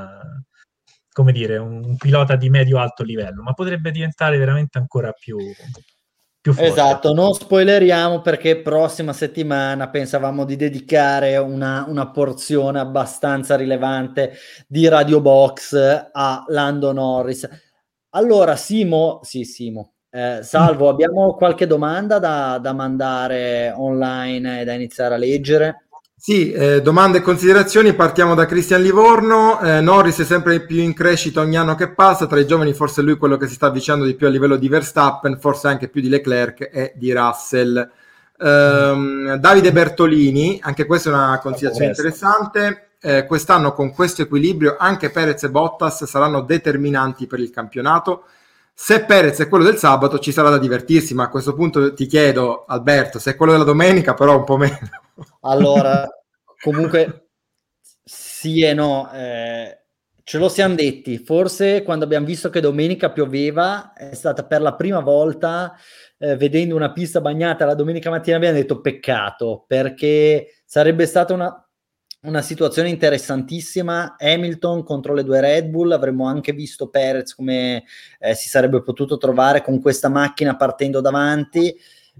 un pilota di medio-alto livello, ma potrebbe diventare veramente ancora più forte.
Esatto, non spoileriamo, perché prossima settimana pensavamo di dedicare una porzione abbastanza rilevante di Radio Box a Lando Norris. Allora, Simo, Salvo, abbiamo qualche domanda da mandare online e da iniziare a leggere?
Sì, domande e considerazioni. Partiamo da Cristian Livorno. Norris è sempre più in crescita ogni anno che passa, tra i giovani forse lui quello che si sta avvicinando di più a livello di Verstappen, forse anche più di Leclerc e di Russell. Davide Bertolini, anche questa è una considerazione interessante. Quest'anno con questo equilibrio anche Perez e Bottas saranno determinanti per il campionato. Se Perez è quello del sabato ci sarà da divertirsi, ma a questo punto ti chiedo, Alberto, se è quello della domenica, però un po' meno.
Allora, comunque sì e no, Ce lo siamo detti, forse quando abbiamo visto che domenica pioveva è stata per la prima volta, vedendo una pista bagnata la domenica mattina abbiamo detto peccato, perché sarebbe stata una situazione interessantissima. Hamilton contro le due Red Bull, avremmo anche visto Perez come si sarebbe potuto trovare con questa macchina partendo davanti.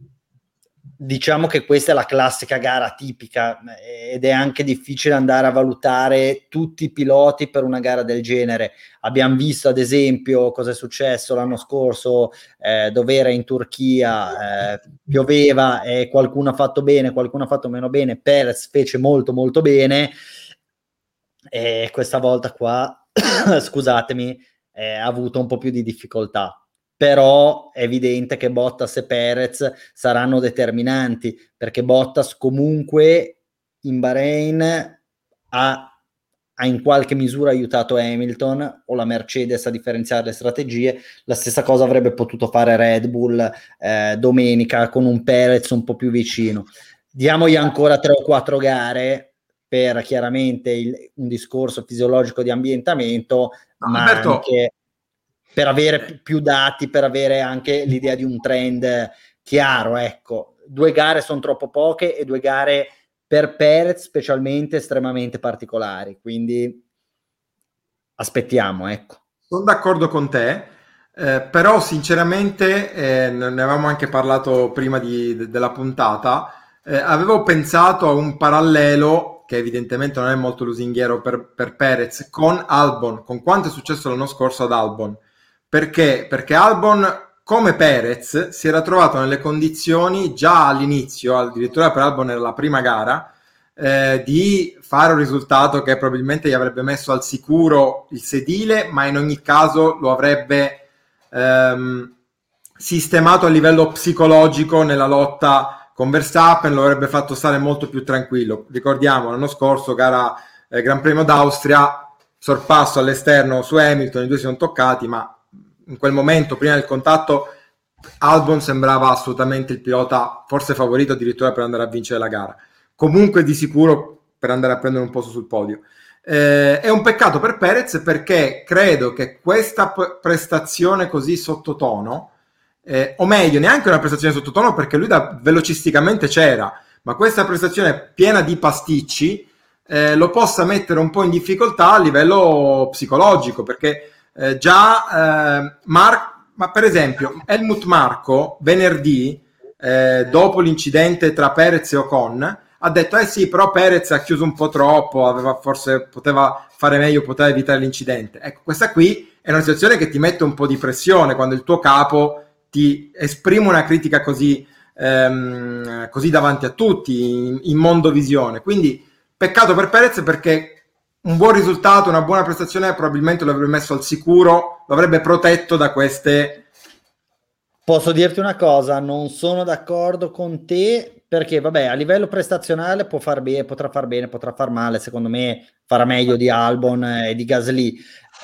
Diciamo che questa è la classica gara tipica ed è anche difficile andare a valutare tutti i piloti per una gara del genere. Abbiamo visto ad esempio cosa è successo l'anno scorso, dove era in Turchia, pioveva e qualcuno ha fatto bene, qualcuno ha fatto meno bene. Perez fece molto molto bene e questa volta qua scusatemi, ha avuto un po' più di difficoltà. Però è evidente che Bottas e Perez saranno determinanti, perché Bottas comunque in Bahrain ha in qualche misura aiutato Hamilton o la Mercedes a differenziare le strategie. La stessa cosa avrebbe potuto fare Red Bull domenica con un Perez un po' più vicino. Diamogli ancora 3 o 4 gare per chiaramente un discorso fisiologico di ambientamento, ma
Alberto,
anche per avere più dati, per avere anche l'idea di un trend chiaro. Ecco, 2 gare sono troppo poche e 2 gare per Perez specialmente estremamente particolari, quindi aspettiamo, ecco.
sono d'accordo con te, però sinceramente ne avevamo anche parlato prima della puntata, avevo pensato a un parallelo che evidentemente non è molto lusinghiero per Perez con Albon, con quanto è successo l'anno scorso ad Albon. Perché? Perché Albon, come Perez, si era trovato nelle condizioni già all'inizio, addirittura per Albon era la prima gara, di fare un risultato che probabilmente gli avrebbe messo al sicuro il sedile, ma in ogni caso lo avrebbe sistemato a livello psicologico nella lotta con Verstappen, lo avrebbe fatto stare molto più tranquillo. Ricordiamo l'anno scorso, gara Gran Premio d'Austria, sorpasso all'esterno su Hamilton, i due si sono toccati, ma in quel momento, prima del contatto, Albon sembrava assolutamente il pilota forse favorito addirittura per andare a vincere la gara, comunque di sicuro per andare a prendere un posto sul podio. È un peccato per Perez, perché credo che questa prestazione così sottotono, o meglio neanche una prestazione sottotono perché lui velocisticamente c'era, ma questa prestazione piena di pasticci lo possa mettere un po' in difficoltà a livello psicologico, perché ma per esempio Helmut Marko venerdì, dopo l'incidente tra Perez e Ocon, ha detto sì, però Perez ha chiuso un po' troppo, forse poteva fare meglio, poteva evitare l'incidente. Ecco, questa qui è una situazione che ti mette un po' di pressione quando il tuo capo ti esprime una critica così davanti a tutti in mondovisione. Quindi peccato per Perez, perché un buon risultato, una buona prestazione probabilmente lo avrebbe messo al sicuro, lo avrebbe protetto da queste.
Posso dirti una cosa, non sono d'accordo con te, perché vabbè, a livello prestazionale potrà far bene, potrà far male, secondo me farà meglio di Albon e di Gasly.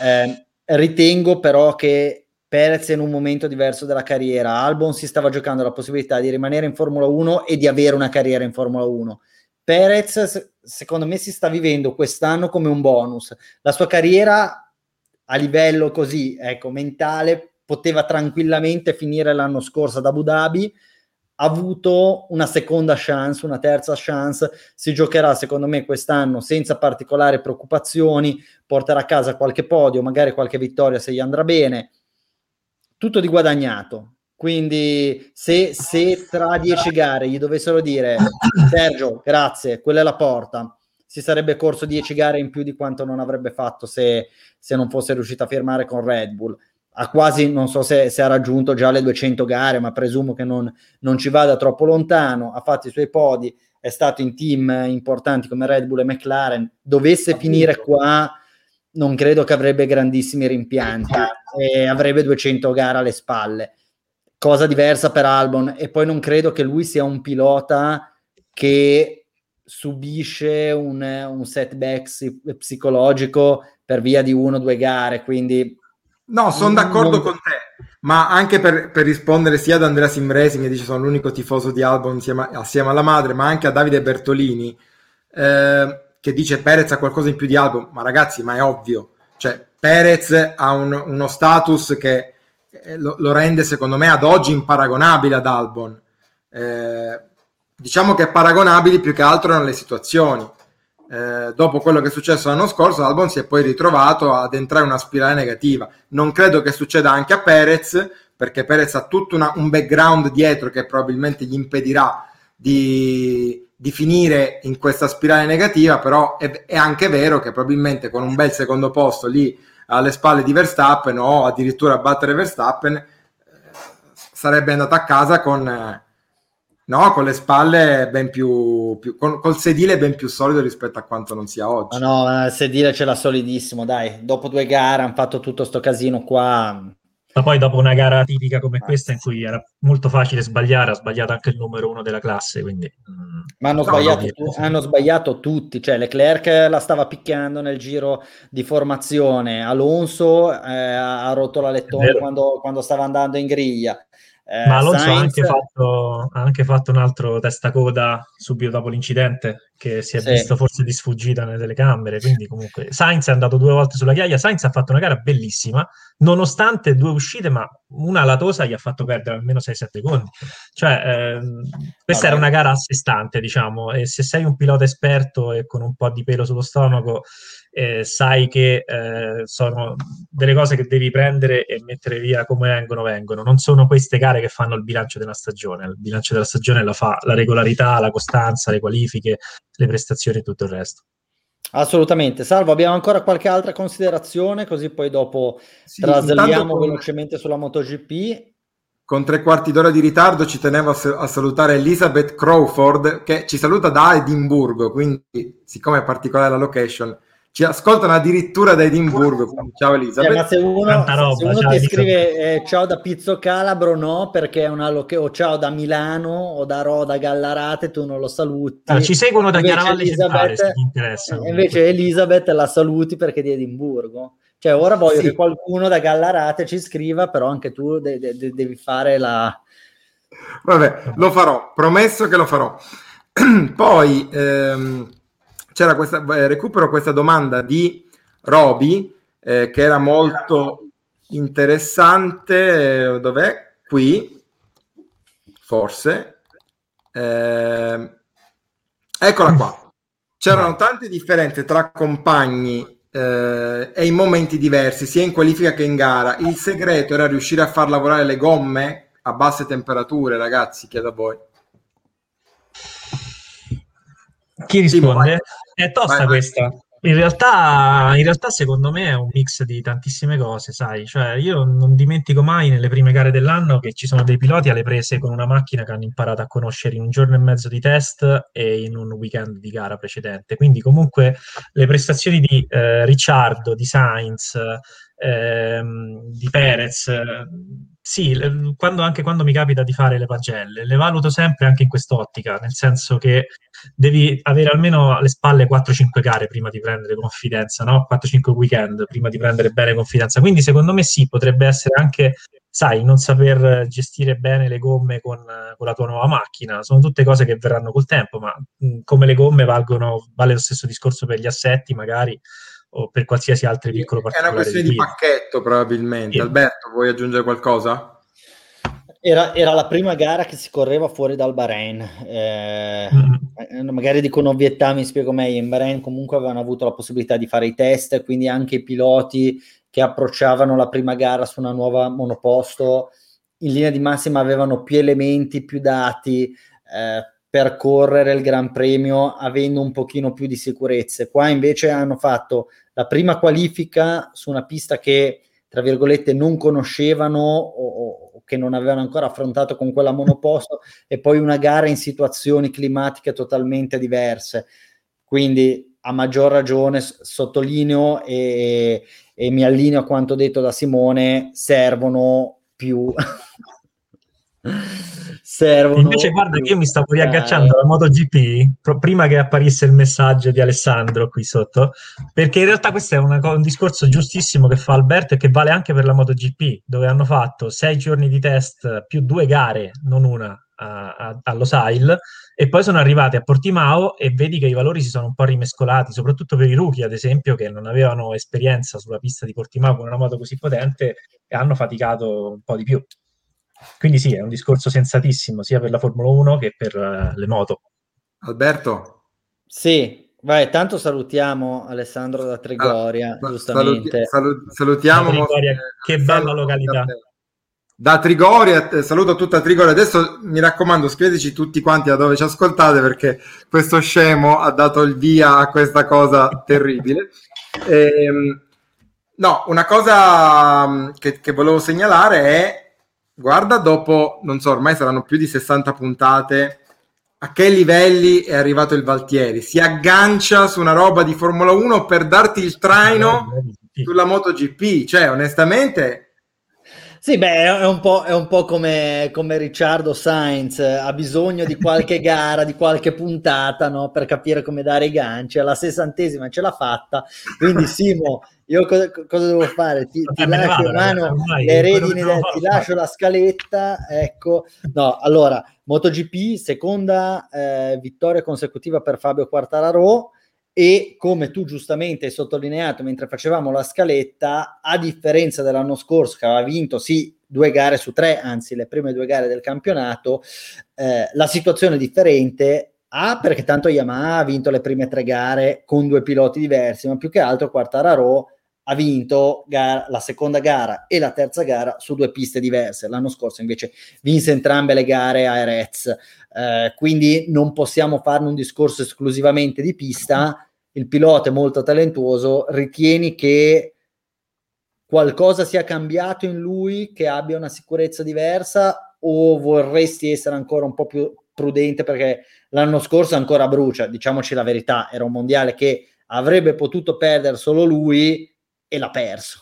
Ritengo però che Perez è in un momento diverso della carriera. Albon si stava giocando la possibilità di rimanere in Formula 1 e di avere una carriera in Formula 1. Perez, secondo me, si sta vivendo quest'anno come un bonus. La sua carriera a livello così, ecco, mentale, poteva tranquillamente finire l'anno scorso ad Abu Dhabi. Ha avuto una seconda chance, una terza chance, si giocherà secondo me quest'anno senza particolari preoccupazioni, porterà a casa qualche podio, magari qualche vittoria se gli andrà bene, tutto di guadagnato. Quindi se tra 10 gare gli dovessero dire Sergio, grazie, quella è la porta, si sarebbe corso 10 gare in più di quanto non avrebbe fatto se non fosse riuscito a firmare con Red Bull. Ha quasi, non so se ha raggiunto già le 200 gare, ma presumo che non ci vada troppo lontano, ha fatto i suoi podi, è stato in team importanti come Red Bull e McLaren. Dovesse finire qua, non credo che avrebbe grandissimi rimpianti e avrebbe 200 gare alle spalle. Cosa diversa per Albon, e poi non credo che lui sia un pilota che subisce un setback psicologico per via di 1 o 2 gare, quindi
no, sono d'accordo con te, ma anche per rispondere sia ad Andrea Simresi, che dice sono l'unico tifoso di Albon assieme alla madre, ma anche a Davide Bertolini, che dice Perez ha qualcosa in più di Albon. Ma ragazzi, ma è ovvio, cioè Perez ha uno status che lo rende secondo me ad oggi imparagonabile ad Albon. Diciamo che paragonabili più che altro nelle situazioni. Dopo quello che è successo l'anno scorso, Albon si è poi ritrovato ad entrare in una spirale negativa. Non credo che succeda anche a Perez, perché Perez ha tutto un background dietro che probabilmente gli impedirà di finire in questa spirale negativa, però è anche vero che probabilmente con un bel secondo posto lì alle spalle di Verstappen, o addirittura battere Verstappen, sarebbe andato a casa con le spalle ben più col sedile ben più solido rispetto a quanto non sia oggi.
No, il sedile ce l'ha solidissimo, dai, dopo 2 gare hanno fatto tutto sto casino qua.
Ma poi dopo una gara tipica come questa, in cui era molto facile sbagliare, ha sbagliato anche il numero 1 della classe, quindi...
Ma hanno sbagliato tutti, cioè Leclerc la stava picchiando nel giro di formazione, Alonso ha rotto la lettone quando stava andando in griglia.
Ma Alonso Sainz ha anche fatto un altro testacoda subito dopo l'incidente, che si è visto forse di sfuggita nelle telecamere, quindi comunque Sainz è andato 2 volte sulla ghiaia. Sainz ha fatto una gara bellissima, nonostante 2 uscite, ma una latosa gli ha fatto perdere almeno 6-7 secondi. Cioè, questa era una gara a sé stante, diciamo, e se sei un pilota esperto e con un po' di pelo sullo stomaco, sai che sono delle cose che devi prendere e mettere via come vengono. Non sono queste gare che fanno il bilancio della stagione. Il bilancio della stagione la fa la regolarità, la costanza, le qualifiche, le prestazioni e tutto il resto.
Assolutamente. Salvo, abbiamo ancora qualche altra considerazione, così poi dopo trasliamo velocemente sulla MotoGP.
Con 3/4 d'ora di ritardo ci tenevo a salutare Elizabeth Crawford, che ci saluta da Edimburgo, quindi siccome è particolare la location ci ascoltano addirittura da Edimburgo. Ciao Elisabeth.
Ma se uno ti scrive ciao da Pizzo Calabro, no, perché è o ciao da Milano o da Gallarate, tu non lo saluti.
Ci seguono da Chiaravalle Centrale, se ti interessa.
Invece Elisabeth la saluti perché è di Edimburgo. Cioè ora voglio che qualcuno da Gallarate ci scriva, però anche tu devi fare la...
Vabbè, lo farò, promesso che lo farò. Poi c'era recupero questa domanda di Roby che era molto interessante. Dov'è? Qui forse eccola qua. C'erano tante differenze tra compagni e in momenti diversi, sia in qualifica che in gara. Il segreto era riuscire a far lavorare le gomme a basse temperature, ragazzi, chiedo a voi.
Chi risponde? È tosta questa. In realtà secondo me è un mix di tantissime cose, sai, cioè io non dimentico mai nelle prime gare dell'anno che ci sono dei piloti alle prese con una macchina che hanno imparato a conoscere in un giorno e mezzo di test e in un weekend di gara precedente, quindi comunque le prestazioni di Ricciardo, di Sainz, di Perez, sì, anche quando mi capita di fare le pagelle, le valuto sempre anche in quest'ottica, nel senso che devi avere almeno alle spalle 4-5 gare prima di prendere confidenza, no? 4-5 weekend prima di prendere bene confidenza. Quindi secondo me sì, potrebbe essere anche, sai, non saper gestire bene le gomme con la tua nuova macchina. Sono tutte cose che verranno col tempo, ma come le gomme vale lo stesso discorso per gli assetti magari, o per qualsiasi altro piccolo particolare.
È una questione di pacchetto probabilmente. Sì. Alberto, vuoi aggiungere qualcosa?
Era la prima gara che si correva fuori dal Bahrain, magari dico un'ovvietà, mi spiego meglio. In Bahrain comunque avevano avuto la possibilità di fare i test, quindi anche i piloti che approcciavano la prima gara su una nuova monoposto in linea di massima avevano più elementi, più dati per correre il Gran Premio avendo un pochino più di sicurezze. Qua invece hanno fatto la prima qualifica su una pista che tra virgolette non conoscevano o che non avevano ancora affrontato con quella monoposto, e poi una gara in situazioni climatiche totalmente diverse. Quindi a maggior ragione sottolineo e mi allineo a quanto detto da Simone, servono più
invece guarda che io mi stavo riagganciando alla MotoGP prima che apparisse il messaggio di Alessandro qui sotto, perché in realtà questo è un discorso giustissimo che fa Alberto e che vale anche per la MotoGP, dove hanno fatto 6 giorni di test più 2 gare, non una, allo Sail, e poi sono arrivati a Portimao e vedi che i valori si sono un po' rimescolati, soprattutto per i rookie, ad esempio, che non avevano esperienza sulla pista di Portimao con una moto così potente e hanno faticato un po' di più. Quindi sì, è un discorso sensatissimo, sia per la Formula 1 che per le moto.
Alberto?
Sì, vai, tanto salutiamo Alessandro da Trigoria, giustamente.
Salutiamo.
Da Trigoria, che bella località.
Da Trigoria, saluto tutta Trigoria. Adesso mi raccomando, scriveteci tutti quanti da dove ci ascoltate, perché questo scemo ha dato il via a questa cosa terribile. No, una cosa che volevo segnalare è, guarda, dopo, non so, ormai saranno più di 60 puntate, a che livelli è arrivato il Valtieri? Si aggancia su una roba di Formula 1 per darti il traino sulla MotoGP, cioè onestamente...
Sì, beh, è un po' come Ricciardo Sainz, ha bisogno di qualche gara, di qualche puntata, no? Per capire come dare i ganci. Alla 60ª ce l'ha fatta, quindi Simo, io cosa devo fare? Ti lascio in mano le redini, ti lascio la scaletta, ecco. No, allora, MotoGP, seconda vittoria consecutiva per Fabio Quartararo. E come tu giustamente hai sottolineato mentre facevamo la scaletta, a differenza dell'anno scorso che aveva vinto sì 2 gare su 3, anzi le prime 2 gare del campionato, la situazione è differente, perché tanto Yamaha ha vinto le prime 3 gare con 2 piloti diversi, ma più che altro Quartararo ha vinto la seconda gara e la terza gara su 2 piste diverse. L'anno scorso invece vinse entrambe le gare a Jerez, quindi non possiamo farne un discorso esclusivamente di pista. Il pilota è molto talentuoso. Ritieni che qualcosa sia cambiato in lui, che abbia una sicurezza diversa, o vorresti essere ancora un po' più prudente, perché l'anno scorso ancora brucia, diciamoci la verità, era un mondiale che avrebbe potuto perdere solo lui e l'ha perso.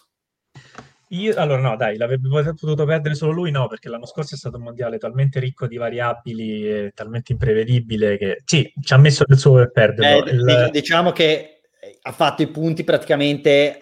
Allora no, dai, l'avrebbe potuto perdere solo lui, no, perché l'anno scorso è stato un mondiale talmente ricco di variabili e talmente imprevedibile che sì, ci ha messo del suo per perderlo.
Diciamo che ha fatto i punti praticamente,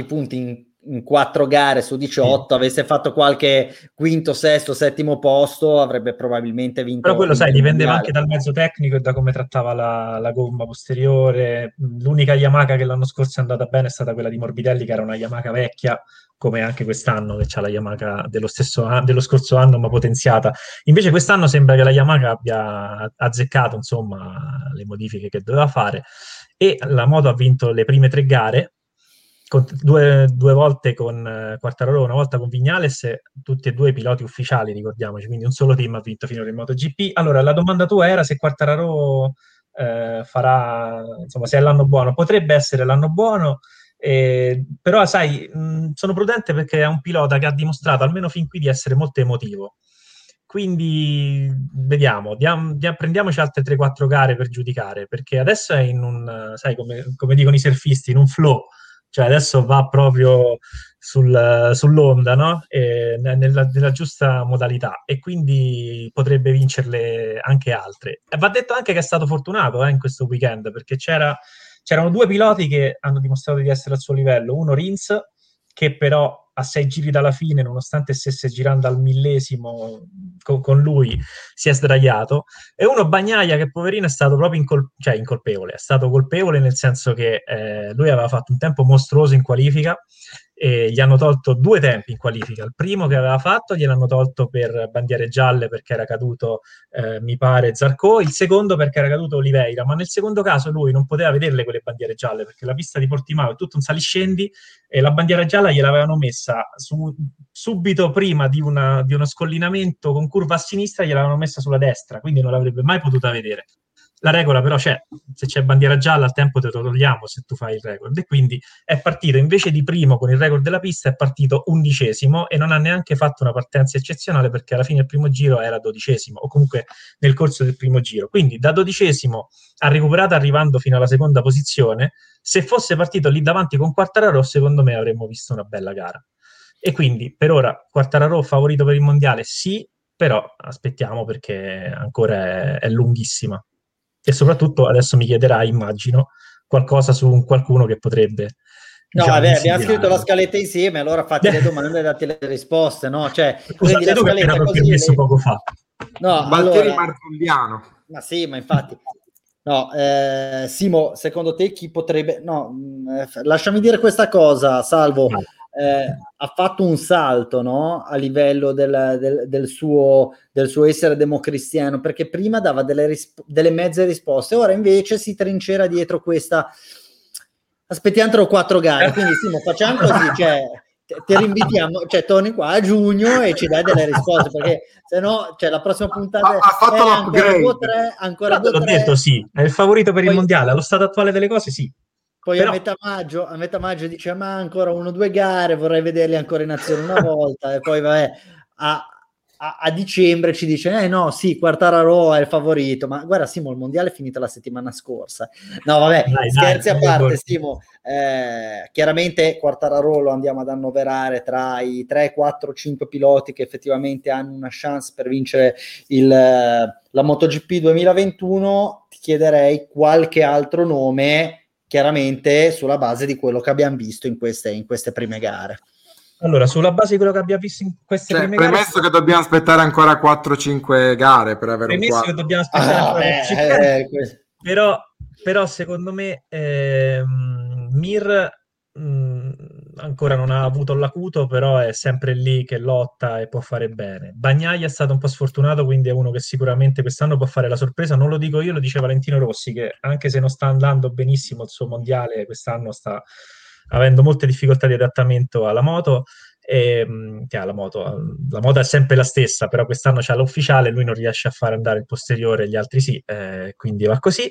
in 4 gare su 18, sì. Avesse fatto qualche quinto, sesto, settimo posto, avrebbe probabilmente vinto.
Però quello, sai, dipendeva anche dal mezzo tecnico e da come trattava la gomma posteriore. L'unica Yamaha che l'anno scorso è andata bene è stata quella di Morbidelli, che era una Yamaha vecchia, come anche quest'anno, che c'ha la Yamaha dello scorso anno, ma potenziata. Invece quest'anno sembra che la Yamaha abbia azzeccato, insomma, le modifiche che doveva fare, e la moto ha vinto le prime 3 gare, due volte con Quartararo, una volta con Viñales, tutti e 2 i piloti ufficiali, ricordiamoci, quindi un solo team ha vinto finora in MotoGP. Allora, la domanda tua era se Quartararo farà, insomma, se è l'anno buono. Potrebbe essere l'anno buono, però sai, sono prudente perché è un pilota che ha dimostrato, almeno fin qui, di essere molto emotivo. Quindi vediamo, prendiamoci altre 3-4 gare per giudicare, perché adesso è in un, sai, come dicono i surfisti, in un flow. Cioè adesso va proprio sull'onda, no? Nella giusta modalità, e quindi potrebbe vincerle anche altre. E va detto anche che è stato fortunato in questo weekend, perché c'erano 2 piloti che hanno dimostrato di essere al suo livello. Uno, Rins, che però a 6 giri dalla fine, nonostante stesse girando al millesimo con lui, si è sdraiato, e uno, Bagnaia, che poverino è stato proprio incolpevole, è stato colpevole nel senso che lui aveva fatto un tempo mostruoso in qualifica e gli hanno tolto 2 tempi in qualifica. Il primo che aveva fatto gliel'hanno tolto per bandiere gialle, perché era caduto mi pare Zarco, il secondo perché era caduto Oliveira, ma nel secondo caso lui non poteva vederle quelle bandiere gialle, perché la pista di Portimao è tutto un saliscendi e la bandiera gialla gliel'avevano messa subito prima di uno scollinamento con curva a sinistra, gliel'avevano messa sulla destra, quindi non l'avrebbe mai potuta vedere. La regola però c'è, se c'è bandiera gialla al tempo te lo togliamo se tu fai il record, e quindi è partito, invece di primo con il record della pista, è partito 11° e non ha neanche fatto una partenza eccezionale, perché alla fine il primo giro era 12° o comunque nel corso del primo giro, quindi da 12° ha recuperato arrivando fino alla seconda posizione. Se fosse partito lì davanti con Quartararo, secondo me avremmo visto una bella gara, e quindi per ora Quartararo favorito per il mondiale, sì, però aspettiamo, perché ancora è lunghissima. E soprattutto adesso mi chiederai, immagino, qualcosa su qualcuno che potrebbe...
No, vabbè, abbiamo scritto la scaletta insieme, allora fatti le domande e datti le risposte, no? Cioè,
scusate, tu che mi hai messo poco fa.
No,
Valtieri
allora,
Marculliano.
Ma sì, ma infatti... No, Simo, secondo te chi potrebbe... No, lasciami dire questa cosa, Salvo. Ha fatto un salto, no? A livello del suo essere democristiano, perché prima dava delle mezze risposte, ora invece si trincera dietro questa... Aspettiamo 3 o 4 gare, quindi Simo, facciamo così, cioè... Ti rinvitiamo, cioè torni qua a giugno e ci dai delle risposte, perché se no, cioè, la prossima puntata
ha fatto l'upgrade.
ancora 2
l'ho detto, sì, è il favorito per il mondiale, allo stato attuale delle cose sì.
Poi però... a metà maggio dice ma ancora 1 o 2 gare, vorrei vederli ancora in azione una volta, e poi vabbè, a dicembre ci dice no, sì, Quartararo è il favorito, ma guarda Simo, il mondiale è finito la settimana scorsa. No vabbè, scherzi a parte, Simo, chiaramente Quartararo lo andiamo ad annoverare tra i 3, 4, 5 piloti che effettivamente hanno una chance per vincere la MotoGP 2021. Ti chiederei qualche altro nome, chiaramente sulla base di quello che abbiamo visto in queste prime gare.
Allora, sulla base di quello che abbiamo visto in queste prime gare...
Premesso che dobbiamo aspettare ancora 4-5 gare per avere
premesso che dobbiamo aspettare ancora 4-5 gare, però secondo me Mir ancora non ha avuto l'acuto, però è sempre lì che lotta e può fare bene. Bagnaia è stato un po' sfortunato, quindi è uno che sicuramente quest'anno può fare la sorpresa. Non lo dico io, lo dice Valentino Rossi, che anche se non sta andando benissimo il suo mondiale, quest'anno sta avendo molte difficoltà di adattamento alla moto. La moto è sempre la stessa, però quest'anno c'ha l'ufficiale, lui non riesce a fare andare il posteriore, gli altri sì, quindi va così.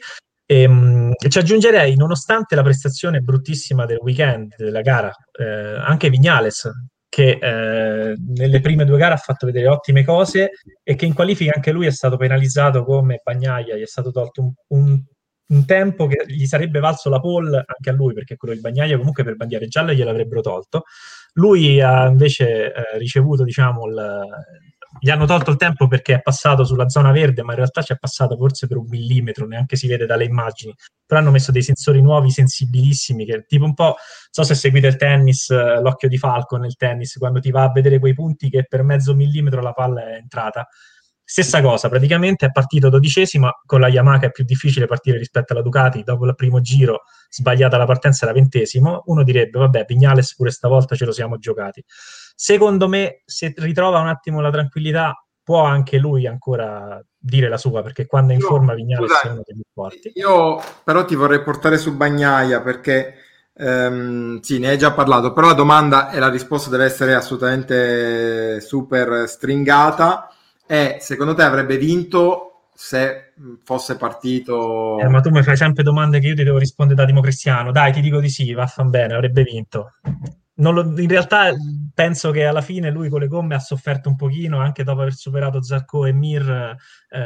Ci aggiungerei, nonostante la prestazione bruttissima del weekend, della gara, anche Viñales, che nelle prime 2 gare ha fatto vedere ottime cose e che in qualifica anche lui è stato penalizzato come Bagnaia, gli è stato tolto un tempo che gli sarebbe valso la pole anche a lui, perché quello di Bagnaia comunque per bandiere gialle gliel'avrebbero tolto. Lui ha invece ricevuto, diciamo, gli hanno tolto il tempo perché è passato sulla zona verde, ma in realtà ci è passato forse per 1 millimetro, neanche si vede dalle immagini. Però hanno messo dei sensori nuovi sensibilissimi, che tipo un po', non so se seguite il tennis, l'occhio di falco nel tennis, quando ti va a vedere quei punti che per mezzo millimetro la palla è entrata. Stessa cosa, praticamente è partito 12°, con la Yamaha è più difficile partire rispetto alla Ducati, dopo il primo giro sbagliata la partenza era 20°, uno direbbe vabbè, Viñales pure stavolta ce lo siamo giocati. Secondo me, se ritrova un attimo la tranquillità, può anche lui ancora dire la sua, perché quando è in forma Viñales è uno dei più forti.
Io però ti vorrei portare su Bagnaia, perché sì, ne hai già parlato, però la domanda e la risposta deve essere assolutamente super stringata. E secondo te avrebbe vinto se fosse partito?
Ma tu mi fai sempre domande che io ti devo rispondere da democristiano. Dai, ti dico di sì, vaffan bene, avrebbe vinto. In realtà penso che alla fine lui con le gomme ha sofferto un pochino, anche dopo aver superato Zarco e Mir.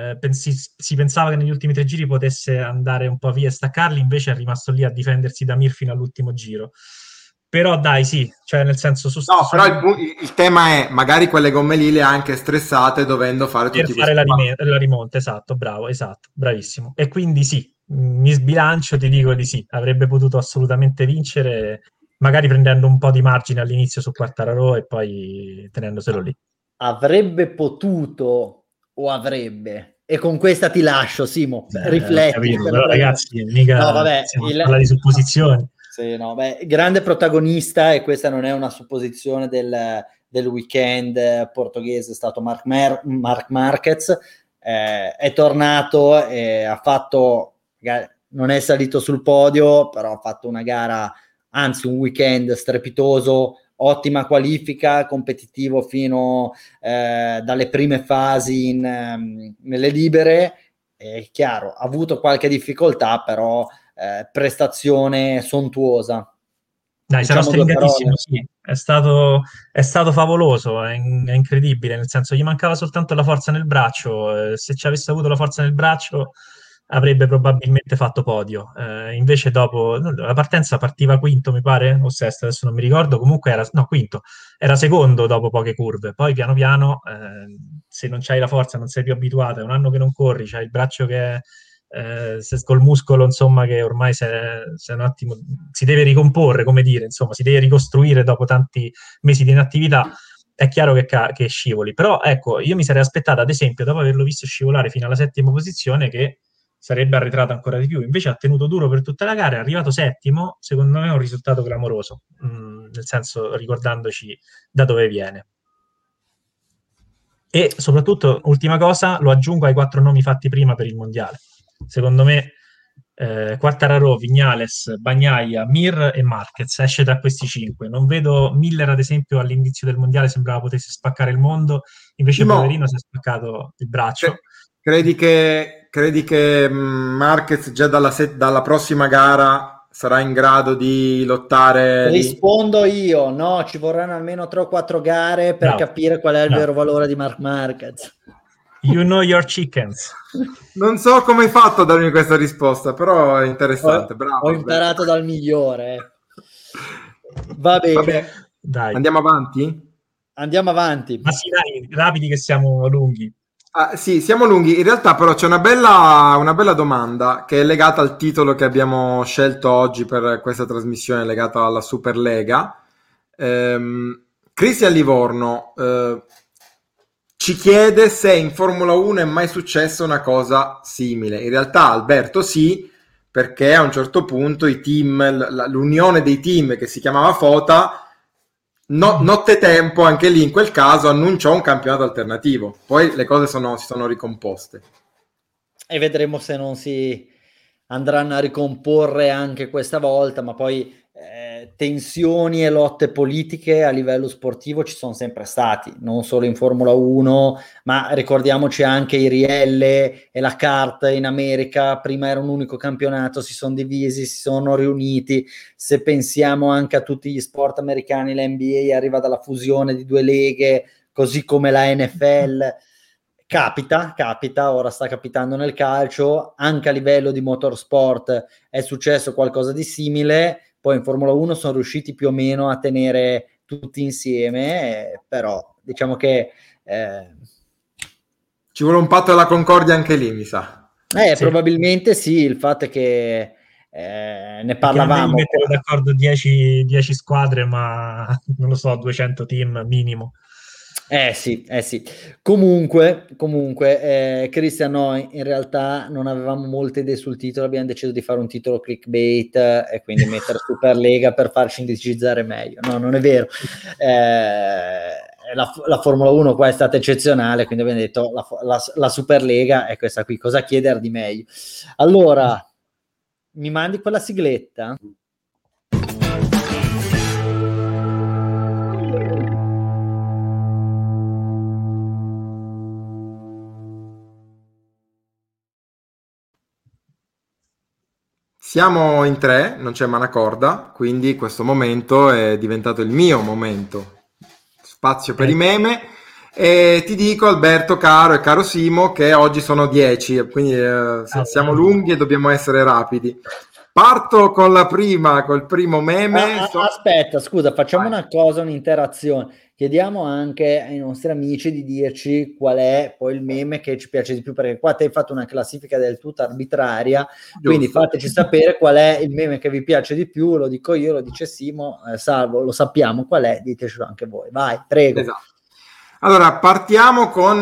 Si pensava che negli ultimi 3 giri potesse andare un po' via e staccarli, invece è rimasto lì a difendersi da Mir fino all'ultimo giro. Però dai, sì, cioè nel senso...
però il tema è, magari quelle gomme lì le ha anche stressate dovendo fare tutti
per fare la rimonta, esatto, bravo, esatto, bravissimo. E quindi sì, mi sbilancio, ti dico di sì, avrebbe potuto assolutamente vincere, magari prendendo un po' di margine all'inizio su Quartararo e poi tenendoselo lì.
Avrebbe potuto o avrebbe? E con questa ti lascio, Simo, rifletti.
Però ragazzi, mica parla di supposizioni.
Sì, no, grande protagonista, e questa non è una supposizione del weekend portoghese, è stato Marc Marquez, è tornato e ha fatto, non è salito sul podio, però ha fatto una gara, anzi un weekend strepitoso, ottima qualifica, competitivo fino dalle prime fasi nelle libere. È chiaro, ha avuto qualche difficoltà, però prestazione sontuosa.
Dai, sarà stringatissimo, sì. È stato favoloso, è incredibile, nel senso gli mancava soltanto la forza nel braccio, se ci avesse avuto la forza nel braccio avrebbe probabilmente fatto podio, invece dopo la partenza partiva quinto mi pare, o sesto, adesso non mi ricordo, comunque quinto, era secondo dopo poche curve, poi piano piano se non c'hai la forza, non sei più abituato, è un anno che non corri, c'hai il braccio che è col muscolo, insomma, che ormai se un attimo si deve ricomporre, come dire, insomma, si deve ricostruire dopo tanti mesi di inattività. è chiaro che scivoli. Però ecco, io mi sarei aspettato, ad esempio, dopo averlo visto scivolare fino alla 7ª posizione, che sarebbe arretrato ancora di più. Invece ha tenuto duro per tutta la gara, è arrivato 7º, secondo me è un risultato clamoroso, nel senso, ricordandoci da dove viene. E soprattutto, ultima cosa, lo aggiungo ai 4 nomi fatti prima per il mondiale. Secondo me Quartararo, Viñales, Bagnaia, Mir e Marquez esce da questi 5. Non vedo Miller, ad esempio, all'inizio del mondiale sembrava potesse spaccare il mondo, invece poverino si è spaccato il braccio.
Credi che Marquez già dalla prossima gara sarà in grado di lottare?
Rispondo io, no, ci vorranno almeno 3 o 4 gare per capire qual è il vero valore di Marc Marquez.
You know your chickens.
Non so come hai fatto a darmi questa risposta, però è interessante. Bravo,
ho imparato dal migliore. Va bene.
Vabbè. Dai. Andiamo avanti?
Andiamo avanti.
Ma sì, dai, rapidi che siamo lunghi.
Sì, siamo lunghi. In realtà però c'è una bella domanda che è legata al titolo che abbiamo scelto oggi per questa trasmissione, legata alla Superlega. Cristian Livorno ci chiede se in Formula 1 è mai successa una cosa simile. In realtà Alberto sì, perché a un certo punto i team, l'unione dei team che si chiamava FOTA, nottetempo anche lì in quel caso annunciò un campionato alternativo. Poi le cose si sono ricomposte.
E vedremo se non si andranno a ricomporre anche questa volta, ma poi tensioni e lotte politiche a livello sportivo ci sono sempre stati, non solo in Formula 1, ma ricordiamoci anche i Rielle e la kart in America. Prima era un unico campionato, si sono divisi, si sono riuniti. Se pensiamo anche a tutti gli sport americani, la NBA arriva dalla fusione di 2 leghe, così come la NFL. Capita, ora sta capitando nel calcio, anche a livello di motorsport è successo qualcosa di simile. Poi in Formula 1 sono riusciti più o meno a tenere tutti insieme, però diciamo che
ci vuole un patto della concordia anche lì, mi sa.
Sì. Probabilmente sì, il fatto è che ne parlavamo.
Mettere d'accordo 10 squadre, ma non lo so, 200 team minimo.
Sì. Comunque, Cristian, noi in realtà non avevamo molte idee sul titolo, abbiamo deciso di fare un titolo clickbait e quindi mettere Superlega per farci indicizzare meglio. No, non è vero. La Formula 1 qua è stata eccezionale, quindi abbiamo detto la Superlega è questa qui, cosa chiedere di meglio? Allora, mi mandi quella sigletta?
Siamo in 3, non c'è Manacorda, quindi questo momento è diventato il mio momento. Spazio per i meme. E ti dico, Alberto caro e caro Simo, che oggi sono 10, quindi siamo lunghi e dobbiamo essere rapidi. Parto con col primo meme.
Aspetta, scusa, facciamo una cosa, un'interazione. Chiediamo anche ai nostri amici di dirci qual è poi il meme che ci piace di più, perché qua te hai fatto una classifica del tutto arbitraria. Giusto. Quindi fateci sapere qual è il meme che vi piace di più, lo dico io, lo dice Simo, Salvo, lo sappiamo qual è, ditecelo anche voi. Vai, prego.
Esatto. Allora, partiamo con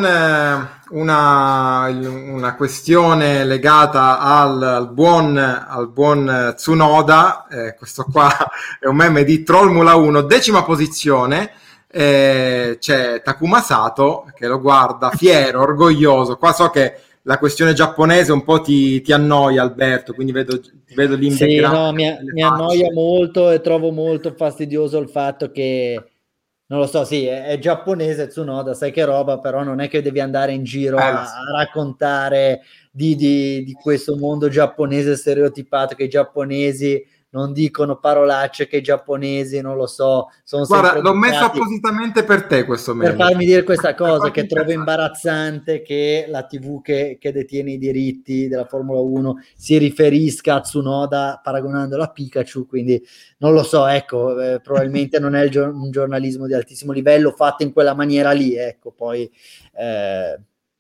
una questione legata al buon Tsunoda. Questo qua è un meme di Trollmula 1, 10ª posizione. C'è Takuma Sato che lo guarda fiero, orgoglioso. Qua so che la questione giapponese un po' ti annoia, Alberto, quindi vedo lì in background.
Sì, mi annoia molto e trovo molto fastidioso il fatto che, non lo so, sì, è giapponese Tsunoda, sai che roba, però non è che devi andare in giro a raccontare di questo mondo giapponese stereotipato, che i giapponesi non dicono parolacce, che i giapponesi, non lo so, sono
Guarda, l'ho messo appositamente per te questo meme.
Per farmi dire questa cosa, che trovo imbarazzante che la TV che detiene i diritti della Formula 1 si riferisca a Tsunoda paragonandolo a Pikachu, quindi non lo so, ecco, probabilmente non è un giornalismo di altissimo livello fatto in quella maniera lì, ecco, poi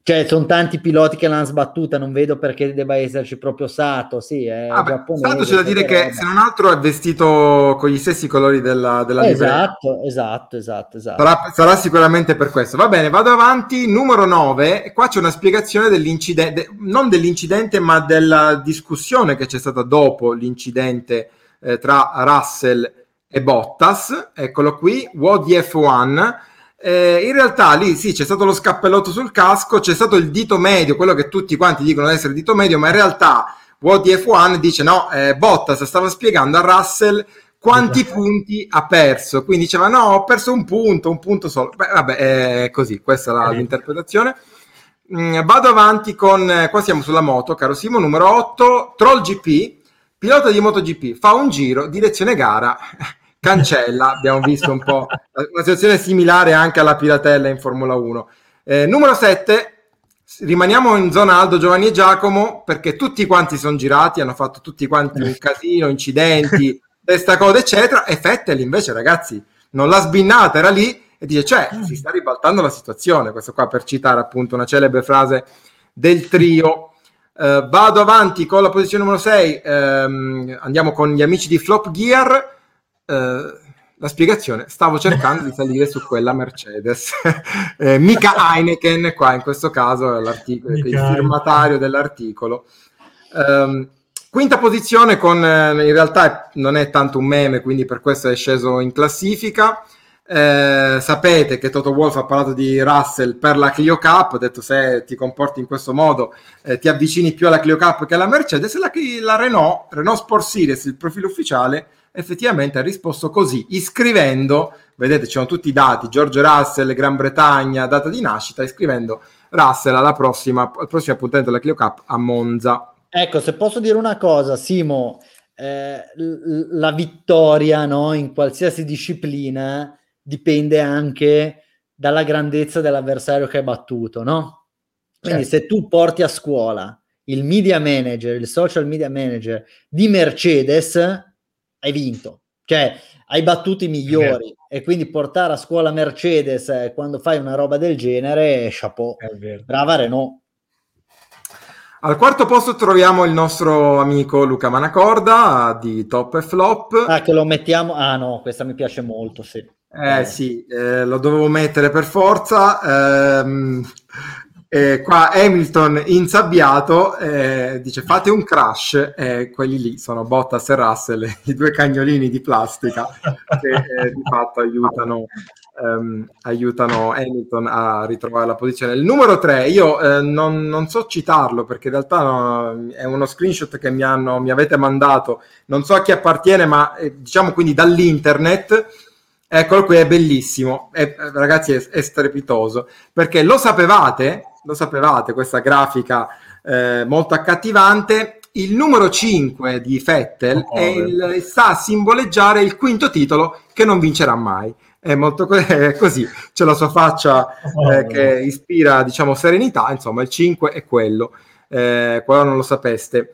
Cioè, sono tanti piloti che l'hanno sbattuta, non vedo perché debba esserci proprio Sato. Sì, è giapponese.
Sato c'è da dire che, se non altro, è vestito con gli stessi colori della livrea.
Esatto.
Sarà sicuramente per questo. Va bene, vado avanti. Numero 9. Qua c'è una spiegazione dell'incidente, non dell'incidente, ma della discussione che c'è stata dopo l'incidente tra Russell e Bottas. Eccolo qui, What the F1. In realtà lì sì, c'è stato lo scappellotto sul casco, c'è stato il dito medio, quello che tutti quanti dicono essere il dito medio, ma in realtà What the F1 dice no, Bottas stava spiegando a Russell quanti punti ha perso, quindi diceva no, ho perso un punto solo. Beh, vabbè, è così, questa è l'interpretazione. Vado avanti con, qua siamo sulla moto, caro Simo, numero 8, Troll GP, pilota di MotoGP, fa un giro, direzione gara, cancella, abbiamo visto un po' una situazione similare anche alla piratella in Formula 1. Numero 7, rimaniamo in zona Aldo, Giovanni e Giacomo, perché tutti quanti sono girati, hanno fatto tutti quanti un casino, incidenti, testa coda eccetera, e Vettel invece, ragazzi, non l'ha sbinnata, era lì e dice, cioè, si sta ribaltando la situazione. Questo qua per citare appunto una celebre frase del trio. Vado avanti con la posizione numero 6, andiamo con gli amici di Flop Gear. La spiegazione, stavo cercando di salire su quella Mercedes. Mika Heineken qua in questo caso è l'articolo, il firmatario dell'articolo. Quinta posizione con, in realtà non è tanto un meme, quindi per questo è sceso in classifica. Sapete che Toto Wolff ha parlato di Russell per la Clio Cup, ha detto se ti comporti in questo modo ti avvicini più alla Clio Cup che alla Mercedes. La Renault Sport Series, il profilo ufficiale, effettivamente ha risposto così, iscrivendo, vedete ci sono tutti i dati, George Russell, Gran Bretagna, data di nascita, iscrivendo Russell al prossimo appuntamento della Clio Cup a Monza.
Ecco, se posso dire una cosa, Simo, la vittoria, no, in qualsiasi disciplina dipende anche dalla grandezza dell'avversario che hai battuto, no? Quindi se tu porti a scuola il media manager, il social media manager di Mercedes, hai vinto, cioè hai battuto i migliori, e quindi portare a scuola Mercedes quando fai una roba del genere, chapeau, brava Renault.
Al quarto posto troviamo il nostro amico Luca Manacorda di Top e Flop.
Che lo mettiamo, no, questa mi piace molto, sì.
Sì, lo dovevo mettere per forza. Qua Hamilton insabbiato dice fate un crash, quelli lì sono Bottas e Russell, i due cagnolini di plastica che di fatto aiutano Hamilton a ritrovare la posizione. Il numero 3 io non so citarlo perché in realtà è uno screenshot che mi avete mandato, non so a chi appartiene, ma diciamo quindi dall'internet. Eccolo qui, è bellissimo, ragazzi è strepitoso, perché lo sapevate questa grafica molto accattivante, il numero 5 di Vettel sta a simboleggiare il quinto titolo che non vincerà mai. È molto così, c'è la sua faccia che ispira, diciamo, serenità, insomma il 5 è quello, quello non lo sapeste.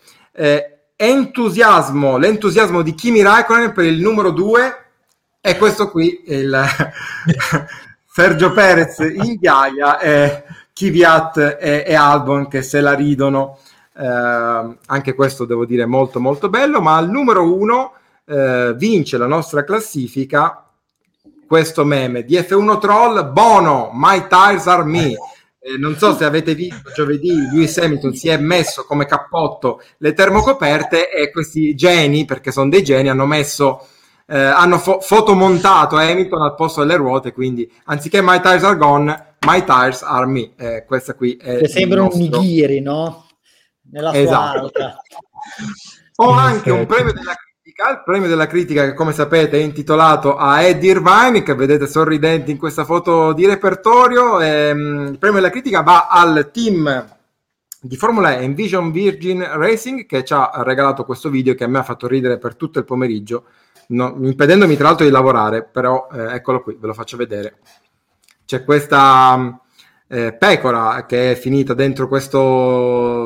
L'entusiasmo di Kimi Raikkonen per il numero 2, e questo qui è il Sergio Perez in ghiaia e Kvyat e Albon che se la ridono, anche questo devo dire molto molto bello. Ma al numero 1 vince la nostra classifica questo meme di F1 Troll, Bono, My Tires Are Me. Non so se avete visto, giovedì Lewis Hamilton si è messo come cappotto le termocoperte e questi geni, perché sono dei geni, hanno messo hanno fotomontato Hamilton al posto delle ruote, quindi anziché My Tires Are Gone, My Tires Are Me. Questa qui è
che sembra un nigiri, no? Nella sua arca.
Ho anche un premio della critica, il premio della critica che come sapete è intitolato a Eddie Irvine, che vedete sorridente in questa foto di repertorio. Il premio della critica va al team di Formula E Envision Virgin Racing, che ci ha regalato questo video che a me ha fatto ridere per tutto il pomeriggio, impedendomi tra l'altro di lavorare, però eccolo qui, ve lo faccio vedere. C'è questa pecora che è finita dentro questa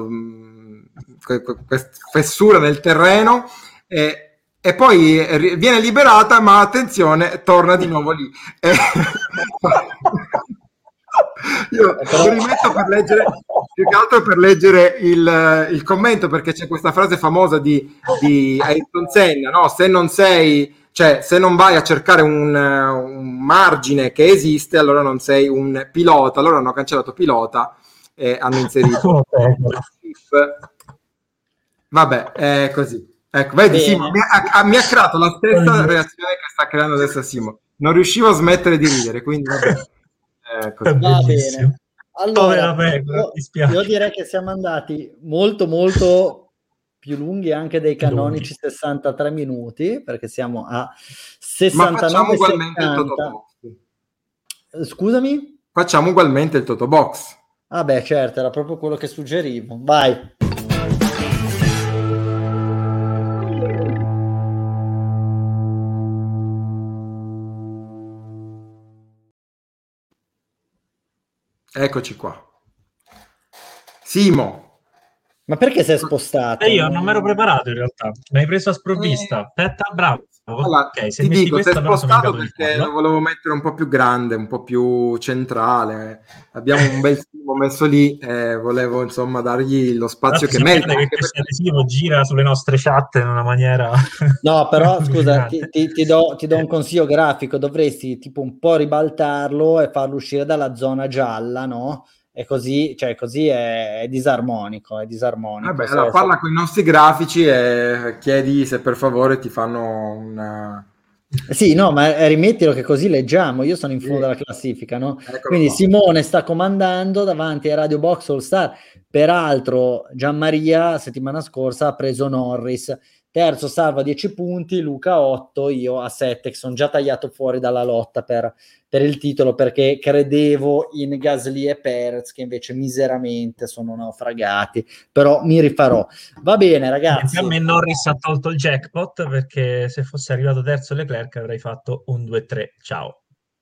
fessura nel terreno e poi viene liberata, ma attenzione, torna di nuovo lì. Io lo rimetto per leggere, più che altro per leggere il commento, perché c'è questa frase famosa di Ayrton Senna, no? Se non vai a cercare un margine che esiste, allora non sei un pilota. Allora hanno cancellato pilota e hanno inserito vabbè, è così. Ecco, vedi, Simo, mi ha creato la stessa reazione che sta creando adesso Simo. Non riuscivo a smettere di ridere, quindi vabbè.
Va bene. Allora, io direi che siamo andati molto molto più lunghi anche dei canonici 63 minuti, perché siamo a 69.
Ma facciamo ugualmente il Totobox.
Scusami?
Facciamo ugualmente il Totobox.
Ah beh, certo, era proprio quello che suggerivo. Vai.
Eccoci qua. Simo.
Ma perché sei spostato?
Io non mi ero preparato in realtà, mi hai preso a sprovvista. Aspetta, bravo.
Allora,
Okay, se
ti
metti
dico,
questo
sei
allora sono in
spostato
grado di
perché
farlo.
lo volevo mettere un po' più grande, un po' più centrale. Abbiamo un bel Simo messo lì, volevo insomma dargli lo spazio che merita.
Che questo adesivo gira sulle nostre chat in una maniera...
No, però scusa, ti do un consiglio grafico, dovresti tipo un po' ribaltarlo e farlo uscire dalla zona gialla, no? E così, cioè così è disarmonico, è disarmonico.
Vabbè, allora parla con i nostri grafici e chiedi se per favore ti fanno una...
Sì, no, ma rimettilo che così leggiamo. Io sono in fondo alla classifica, no?
Eccolo
Quindi
qua.
Simone sta comandando davanti a Radio Box All Star. Peraltro Gianmaria settimana scorsa ha preso Norris. Terzo Salva 10 punti, Luca 8, io a 7, che sono già tagliato fuori dalla lotta per il titolo, perché credevo in Gasly e Perez, che invece miseramente sono naufragati, però mi rifarò. Va bene ragazzi.
A me Norris ha tolto il jackpot, perché se fosse arrivato terzo Leclerc avrei fatto un 2-3. Ciao.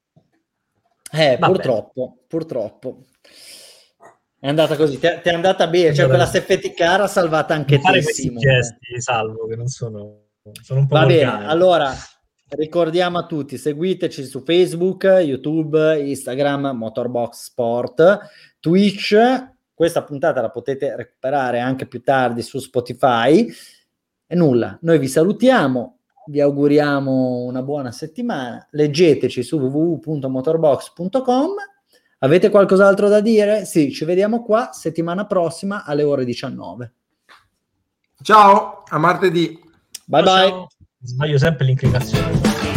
Purtroppo. È andata così, ti è andata bene, cioè quella safety car ha salvato anche te, Simo.
Gesti, Salvo, che non sono un po'
Va
volgari.
bene, allora ricordiamo a tutti, seguiteci su Facebook, YouTube, Instagram, Motorbox Sport, Twitch. Questa puntata la potete recuperare anche più tardi su Spotify. E nulla, noi vi salutiamo, vi auguriamo una buona settimana, leggeteci su www.motorbox.com. Avete qualcos'altro da dire? Sì, ci vediamo qua settimana prossima alle ore 19.
Ciao, a martedì.
Bye bye.
Sbaglio sempre l'inclinazione.